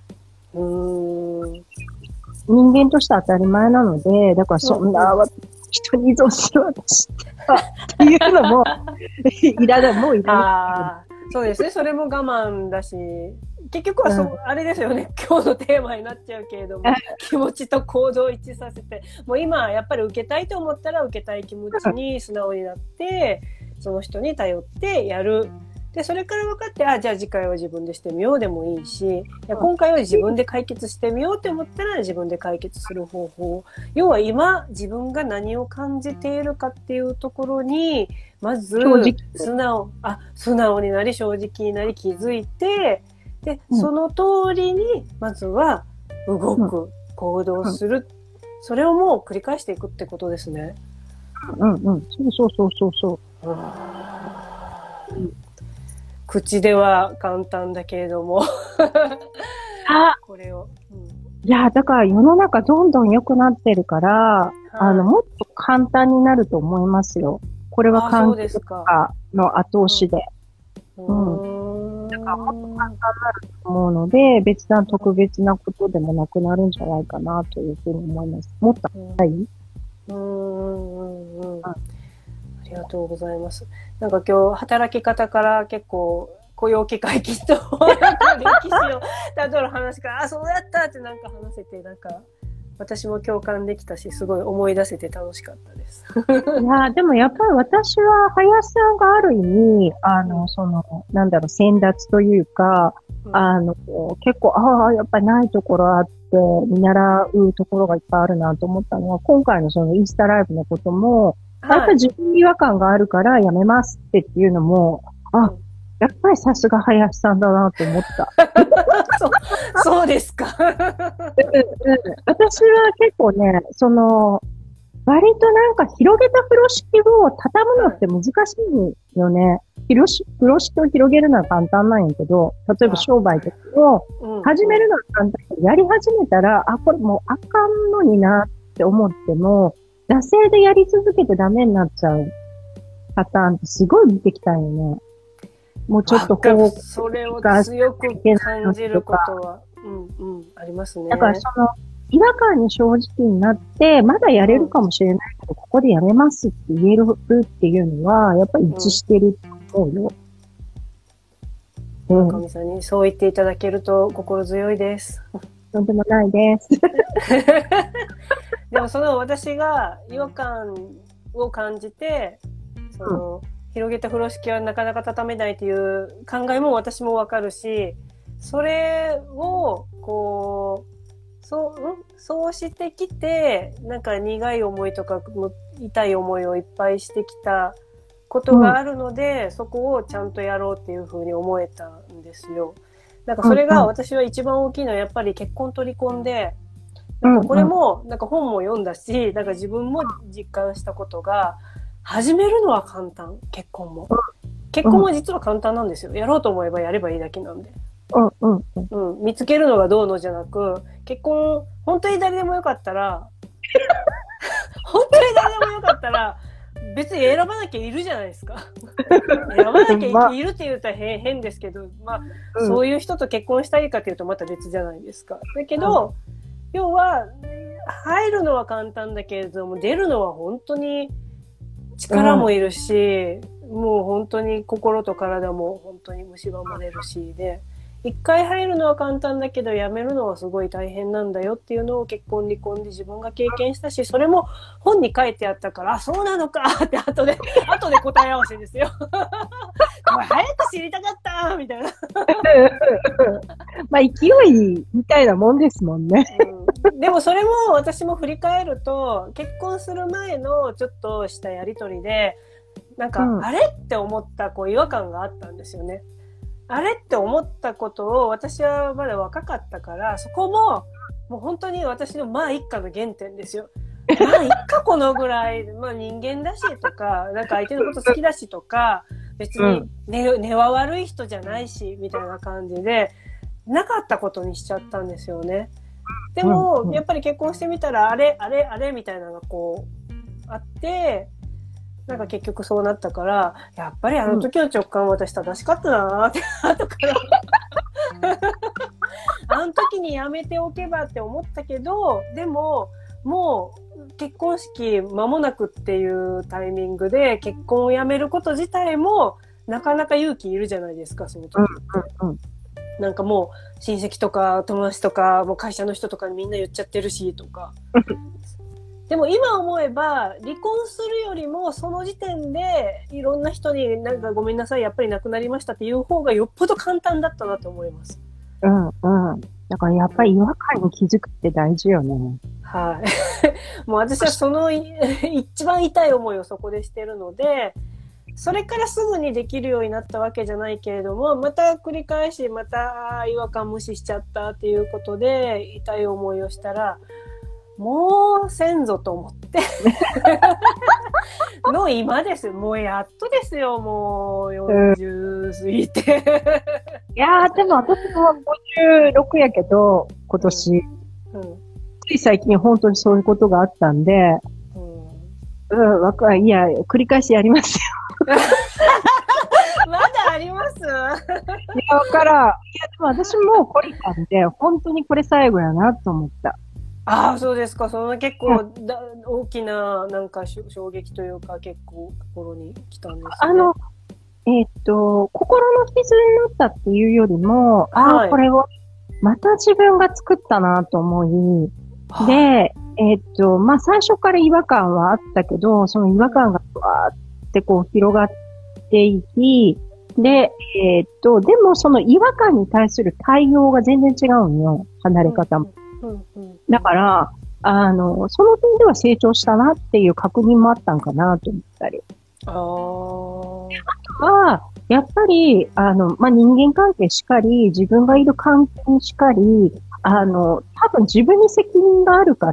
人間として当たり前なので、だからそんな人に依存する私っていうのもいらない。 そうですね。それも我慢だし、結局はあれですよね。今日のテーマになっちゃうけれども、気持ちと行動を一致させて、もう今やっぱり受けたいと思ったら受けたい気持ちに素直になって、その人に頼ってやる。で、それから分かって、じゃあ次回は自分でしてみようでもいいし、今回は自分で解決してみようって思ったら自分で解決する方法。要は今自分が何を感じているかっていうところに、まず素直になり、正直になり気づいて、で、その通りにまずは動く、行動する。それをもう繰り返していくってことですね。 そう。 口では簡単だけれどもこれを、 いや、だから世の中どんどん良くなってるから、もっと簡単になると思いますよ。 これは環境とそうですか。 かの後押しで。 うだからもっと簡単になると思うので、別段特別なことでもなくなるんじゃないかなというふうに思います。もっと早い？ ありがとうございます。なんか今日働き方から結構雇用機会きっとなんか歴史をたどる話から、あ、そうやったってなんか話せて、なんか私も共感できたし、すごい思い出せて楽しかったです。 いや、でもやっぱり私は、林さんがある意味、なんだろう、先達というか、結構、やっぱりないところあって、見習うところがいっぱいあるなと思ったのは、今回のそのインスタライブのことも、やっぱり自分に違和感があるからやめますっていうのも、やっぱりさすが林さんだなと思った。 そうですか。 私は結構ね、割となんか広げた風呂敷を畳むのって難しいよね。風呂敷を広げるのは簡単なんやけど、例えば商売とかを始めるのは簡単で、やり始めたら、これもうあかんのになって思っても、惰性でやり続けてダメになっちゃうパターンってすごい見てきたよね。もうちょっとそれを強く感じることは、ありますね。 だから違和感に正直になって、まだやれるかもしれないけど、ここでやめますって言えるっていうのは、やっぱり一致してると思うよ。 村上さんにそう言っていただけると心強いです。 とんでもないです。 でも私が違和感を感じて、広げた風呂敷はなかなか畳めないという考えも私もわかるし、それをそうしてきて、なんか苦い思いとか痛い思いをいっぱいしてきたことがあるので、そこをちゃんとやろうっていうふうに思えたんですよ。なんかそれが私は一番大きいのはやっぱり結婚と離婚で、なんかこれもなんか本も読んだし、なんか自分も実感したことが、始めるのは簡単、結婚も。結婚は実は簡単なんですよ。やろうと思えばやればいいだけなんで。見つけるのがどうのじゃなく、結婚、本当に誰でもよかったら、別に選ばなきゃいるじゃないですか。選ばなきゃいるって言うと変ですけど、そういう人と結婚したいかっていうとまた別じゃないですか。だけど、要は、入るのは簡単だけれども、出るのは本当に力もいるし、もう本当に心と体も本当に蝕まれるしで、一回入るのは簡単だけどやめるのはすごい大変なんだよっていうのを結婚離婚で自分が経験したし、それも本に書いてあったから、そうなのかって後で答え合わせですよ。これ早く知りたかったみたいな。 勢いみたいなもんですもんね。 でもそれも私も振り返ると、結婚する前のちょっとしたやりとりで、なんか、あれって思った違和感があったんですよね。あれって思ったことを私はまだ若かったから、そこももう本当に私の一家の原点ですよ。一家このぐらい、人間だしとか、なんか相手のこと好きだしとか、別に根は悪い人じゃないし、みたいな感じで、なかったことにしちゃったんですよね。でも、やっぱり結婚してみたら、あれみたいなのがあって、なんか結局そうなったから、やっぱりあの時の直感は私正しかったなーって、後からあの時にやめておけばって思ったけど、でも、もう結婚式間もなくっていうタイミングで結婚をやめること自体もなかなか勇気いるじゃないですか、その時って。なんかもう親戚とか友達とかもう会社の人とかにみんな言っちゃってるしとか。でも今思えば離婚するよりもその時点でいろんな人になんかごめんなさいやっぱり亡くなりましたっていう方がよっぽど簡単だったなと思います。 だからやっぱり違和感に気づくって大事よね。 はい。もう私はその一番痛い思いをそこでしてるので、それからすぐにできるようになったわけじゃないけれども、また繰り返しまた違和感無視しちゃったっていうことで痛い思いをしたら、もう先祖と思っての今ですよ。もうやっとですよ。もう40過ぎていやーでも私も56やけど今年、つい最近本当にそういうことがあったんで、 いや、繰り返しやりますよ。 まだあります？ いや、わからん。いや、でも私も懲りたんで、本当にこれ最後やなと思った。 ああ、そうですか。そんな結構大きな、なんか衝撃というか、結構心に来たんですね。 心の傷になったっていうよりも、 はい、 これを、また自分が作ったなと思い、で、まあ、最初から違和感はあったけど、その違和感がわーってこう広がっていき、で、でもその違和感に対する対応が全然違うんよ。離れ方も。だから、その点では成長したなっていう確認もあったんかなと思ったり。あとは、やっぱり、まあ、人間関係しかり、自分がいる環境にしかり、多分自分に責任があるから、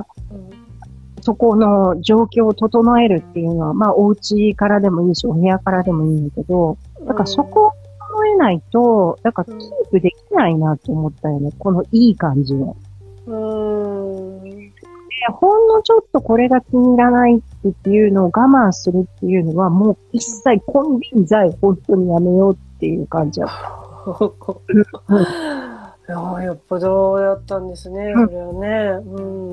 そこの状況を整えるっていうのは、まあ、お家からでもいいし、お部屋からでもいいんだけど、だからそこを整えないと、だからキープできないなと思ったよね。このいい感じを。ほんのちょっとこれが気に入らないっていうのを我慢するっていうのは、もう一切金輪際本当にやめようっていう感じだった。 よっぽどだったんですね、それはね。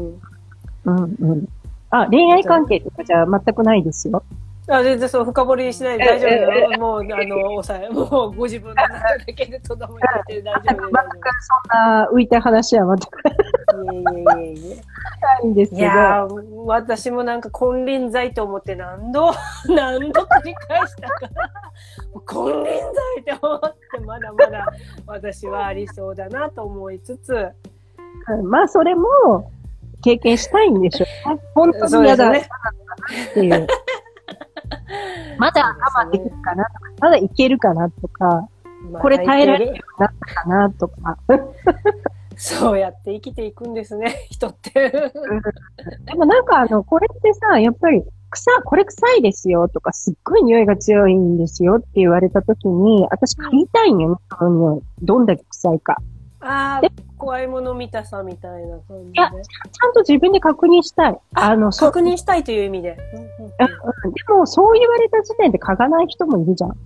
恋愛関係とかじゃ全くないですよ。 全然そう、深掘りしないで大丈夫だよ。もう、抑え、もうご自分の中だけでとどめてて大丈夫です。全くそんな浮いた話は全くないんですけど。 いやー、私もなんか金輪際と思って何度繰り返したか金輪際って思って、まだまだ私はありそうだなと思いつつ。 まあ、それも経験したいんでしょうね。本当に嫌だねっていう。まだ我慢できるかなとか、まだいけるかなとか、これ耐えられるようになったかなとか。 そうやって生きていくんですね、人って。 でもなんかこれってさ、やっぱりこれ臭いですよとか、すっごい匂いが強いんですよって言われたときに、私嗅ぎたいんよね、その匂い。どんだけ臭いか。 怖いもの見たさみたいな感じで。 いや、ちゃんと自分で確認したい。 確認したいという意味で。 でも、そう言われた時点で嗅がない人もいるじゃん。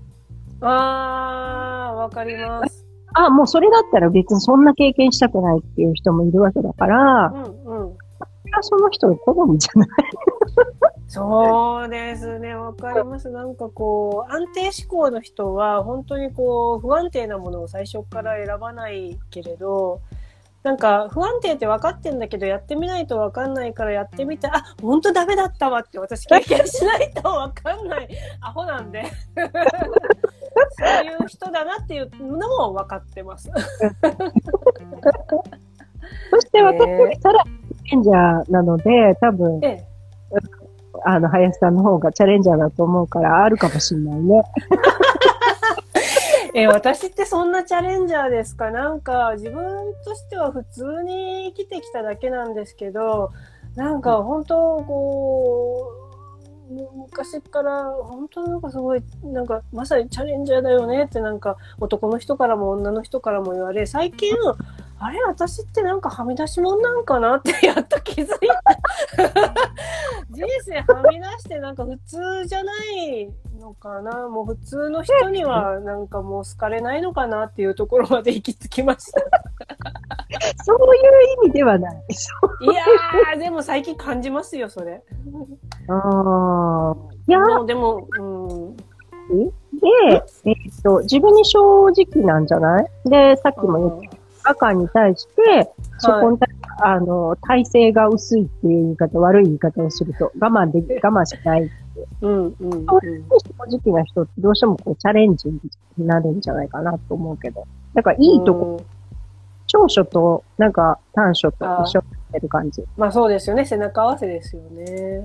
わかります。 もうそれだったら別にそんな経験したくないっていう人もいるわけだから、その人の好みじゃないそうですね、わかります。なんかこう、安定志向の人は本当にこう、不安定なものを最初から選ばないけれど、なんか不安定って分かってんだけど、やってみないと分かんないからやってみて、本当ダメだったわって私経験しないと分かんないアホなんで。そういう人だなっていうのも分かってます。 そして私、さらにチャレンジャーなので、多分、林さんの方がチャレンジャーだと思うから、あるかもしれないね。 私ってそんなチャレンジャーですか？なんか自分としては普通に生きてきただけなんですけど、なんか本当こう、昔から本当なんかすごい、なんかまさにチャレンジャーだよねってなんか男の人からも女の人からも言われ、最近、あれ私ってなんかはみ出しもんなんかなってやっと気づいた。人生はみ出してなんか普通じゃないのかな、もう普通の人にはなんかもう好かれないのかなっていうところまで行き着きました。 そういう意味ではない。 いやー、でも最近感じますよ、それ。 いやでも、 で、自分に正直なんじゃない？で、さっきも言った。赤に対して、そこに対して、耐性が薄いっていう言い方、悪い言い方をすると、我慢しないって。そういう正直な人ってどうしてもこうチャレンジになるんじゃないかなと思うけど。だからいいとこ、長所となんか短所と一緒になってる感じ。 まあそうですよね。背中合わせですよね。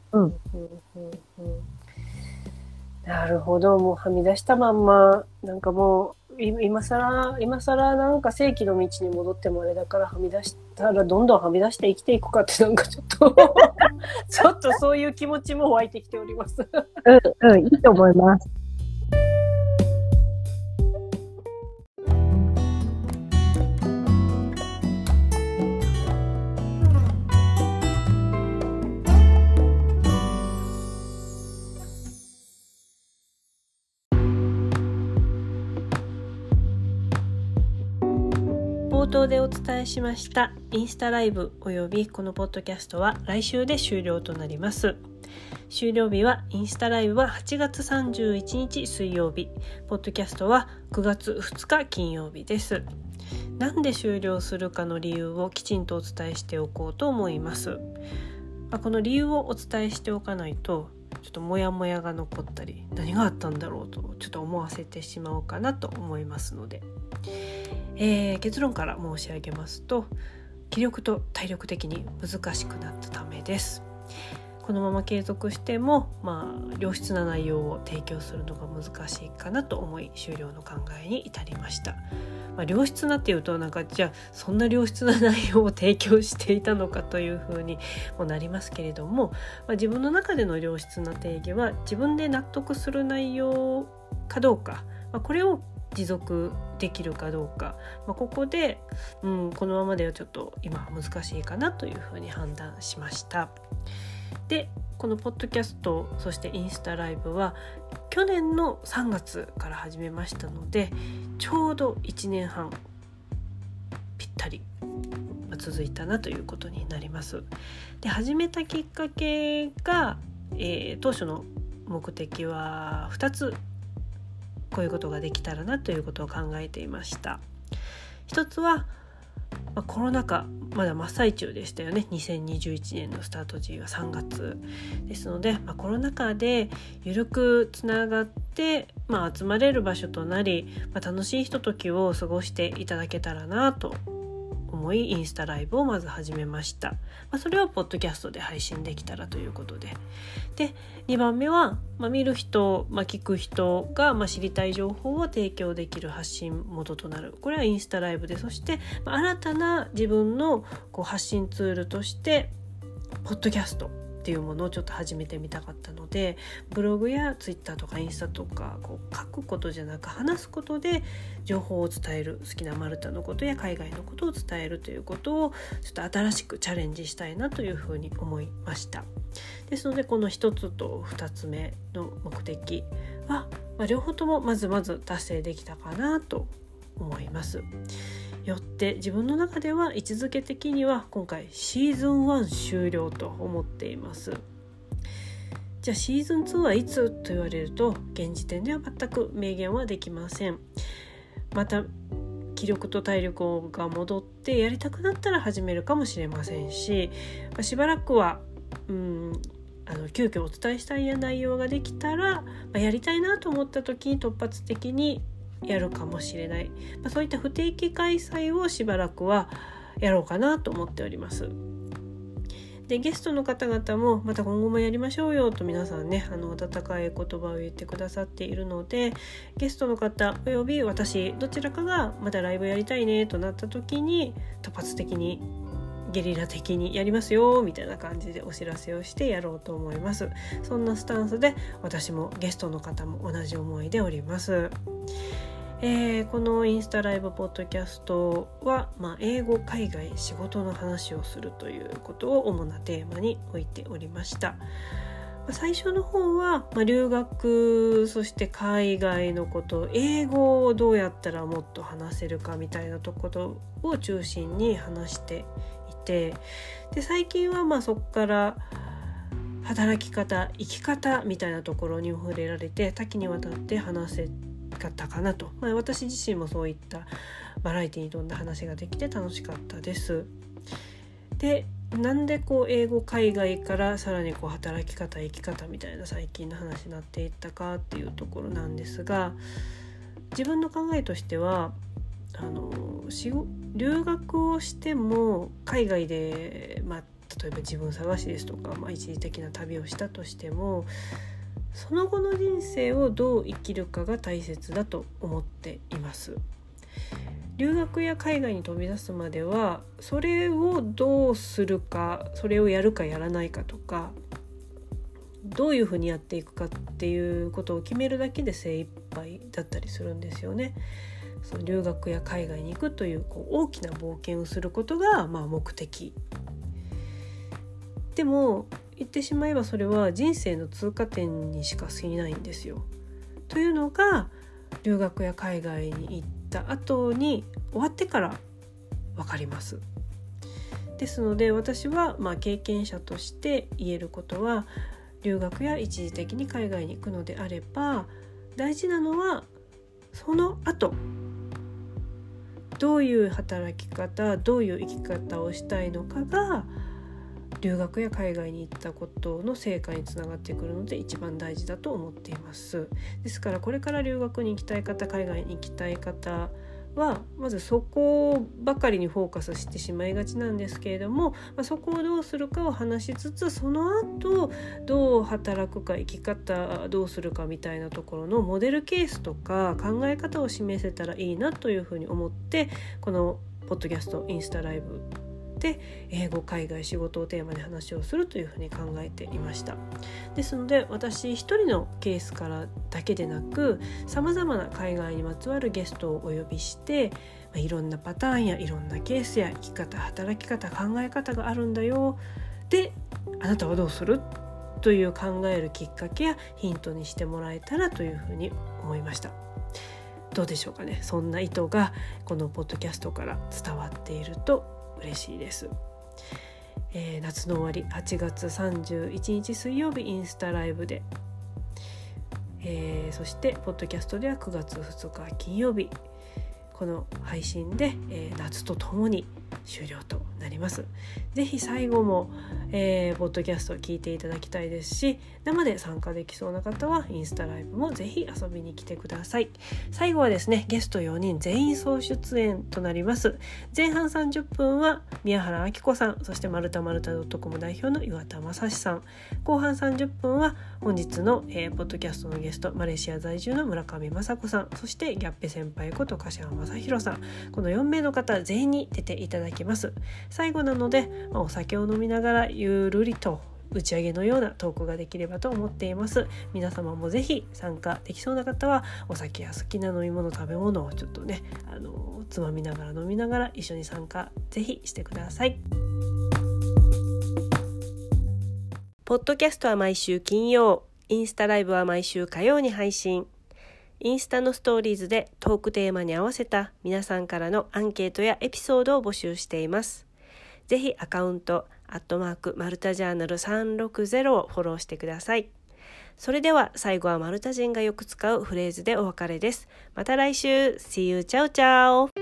なるほど。もうはみ出したまんま、なんかもう、今更なんか正規の道に戻ってもあれだから、はみ出したらどんどんはみ出して生きていくかってなんかちょっとちょっとそういう気持ちも湧いてきております。 いいと思います。 冒頭でお伝えしましたインスタライブおよびこのポッドキャストは来週で終了となります。終了日はインスタライブは8月31日水曜日、ポッドキャストは9月2日金曜日です。なんで終了するかの理由をきちんとお伝えしておこうと思います。この理由をお伝えしておかないとちょっとモヤモヤが残ったり、何があったんだろうとちょっと思わせてしまおうかなと思いますので、結論から申し上げますと、気力と体力的に難しくなったためです。このまま継続しても、良質な内容を提供するのが難しいかなと思い終了の考えに至りました。良質なっていうとじゃあそんな良質な内容を提供していたのかというふうにもなりますけれども、自分の中での良質な定義は自分で納得する内容かどうか、これを持続できるかどうか、ここで、このままではちょっと今難しいかなというふうに判断しました。で、このポッドキャストそしてインスタライブは去年の3月から始めましたので、ちょうど1年半ぴったり続いたなということになります。で、始めたきっかけが、当初の目的は2つ、こういうことができたらなということを考えていました。一つはコロナ禍まだ真っ最中でしたよね。2021年のスタート時は3月ですので、コロナ禍で緩くつながって、集まれる場所となり、楽しいひとときを過ごしていただけたらなと思い、インスタライブをまず始めました。それをポッドキャストで配信できたらということで、2番目は、見る人、聞く人が、知りたい情報を提供できる発信元となる、これはインスタライブで、そして、新たな自分の発信ツールとしてポッドキャストっていうものをちょっと始めてみたかったので、ブログやツイッターとかインスタとか書くことじゃなく話すことで情報を伝える、好きなマルタのことや海外のことを伝えるということをちょっと新しくチャレンジしたいなというふうに思いました。ですので、この一つと二つ目の目的は、両方ともまず達成できたかなと思います。よって自分の中では位置づけ的には今回シーズン1終了と思っています。じゃあシーズン2はいつと言われると、現時点では全く明言はできません。また気力と体力が戻ってやりたくなったら始めるかもしれませんし、しばらくは急遽お伝えしたい内容ができたら、やりたいなと思った時に突発的にやるかもしれない、そういった不定期開催をしばらくはやろうかなと思っております。で、ゲストの方々もまた今後もやりましょうよと皆さんね、温かい言葉を言ってくださっているので、ゲストの方および私どちらかがまたライブやりたいねとなった時に、突発的にゲリラ的にやりますよみたいな感じでお知らせをしてやろうと思います。そんなスタンスで私もゲストの方も同じ思いでおります。このインスタライブポッドキャストは、英語、海外、仕事の話をするということを主なテーマに置いておりました。最初の方は、留学、そして海外のこと、英語をどうやったらもっと話せるかみたいなところを中心に話していて、で最近はそこから働き方、生き方みたいなところに触れられて、多岐にわたって話せたかなと、私自身もそういったバラエティに富んだ話ができて楽しかったです。で、なんで英語、海外からさらに働き方、生き方みたいな最近の話になっていったかっていうところなんですが、自分の考えとしては留学をしても海外で、例えば自分探しですとか、一時的な旅をしたとしても、その後の人生をどう生きるかが大切だと思っています。留学や海外に飛び出すまでは、それをどうするか、それをやるかやらないかとか、どういうふうにやっていくかっていうことを決めるだけで精一杯だったりするんですよね。その留学や海外に行くという大きな冒険をすることが目的。でも言ってしまえばそれは人生の通過点にしか過ぎないんですよ。というのが留学や海外に行った後に終わってから分かります。ですので私は経験者として言えることは、留学や一時的に海外に行くのであれば、大事なのはその後どういう働き方、どういう生き方をしたいのかが留学や海外に行ったことの成果につながってくるので一番大事だと思っています。ですからこれから留学に行きたい方、海外に行きたい方はまずそこばかりにフォーカスしてしまいがちなんですけれども、そこをどうするかを話しつつ、その後どう働くか、生き方どうするかみたいなところのモデルケースとか考え方を示せたらいいなというふうに思って、このポッドキャスト、インスタライブで英語、海外、仕事をテーマに話をするというふうに考えていました。ですので私一人のケースからだけでなく、さまざまな海外にまつわるゲストをお呼びして、いろんなパターンやいろんなケースや生き方、働き方、考え方があるんだよ。で、あなたはどうする？という考えるきっかけやヒントにしてもらえたらというふうに思いました。どうでしょうかね。そんな意図がこのポッドキャストから伝わっていると嬉しいです。夏の終わり8月31日水曜日インスタライブで、そしてポッドキャストでは9月2日金曜日この配信で、夏とともに終了となります。ぜひ最後も、ポッドキャストを聞いていただきたいですし、生で参加できそうな方はインスタライブもぜひ遊びに来てください。最後はですね、ゲスト4人全員総出演となります。前半30分は宮原明子さん、そしてマルタ.com 代表の岩田正史さん、後半30分は本日の、ポッドキャストのゲスト、マレーシア在住の村上雅子さん、そしてギャッペ先輩こと柏正弘さん、この4名の方全員に出ていただきます。最後なので、お酒を飲みながらゆるりと打ち上げのようなトークができればと思っています。皆様もぜひ参加できそうな方は、お酒や好きな飲み物、食べ物をちょっとね、つまみながら飲みながら一緒に参加ぜひしてください。ポッドキャストは毎週金曜、インスタライブは毎週火曜に配信。インスタのストーリーズでトークテーマに合わせた皆さんからのアンケートやエピソードを募集しています。ぜひアカウントマルタジャーナル360をフォローしてください。それでは最後はマルタ人がよく使うフレーズでお別れです。また来週。See you! チャオチャオ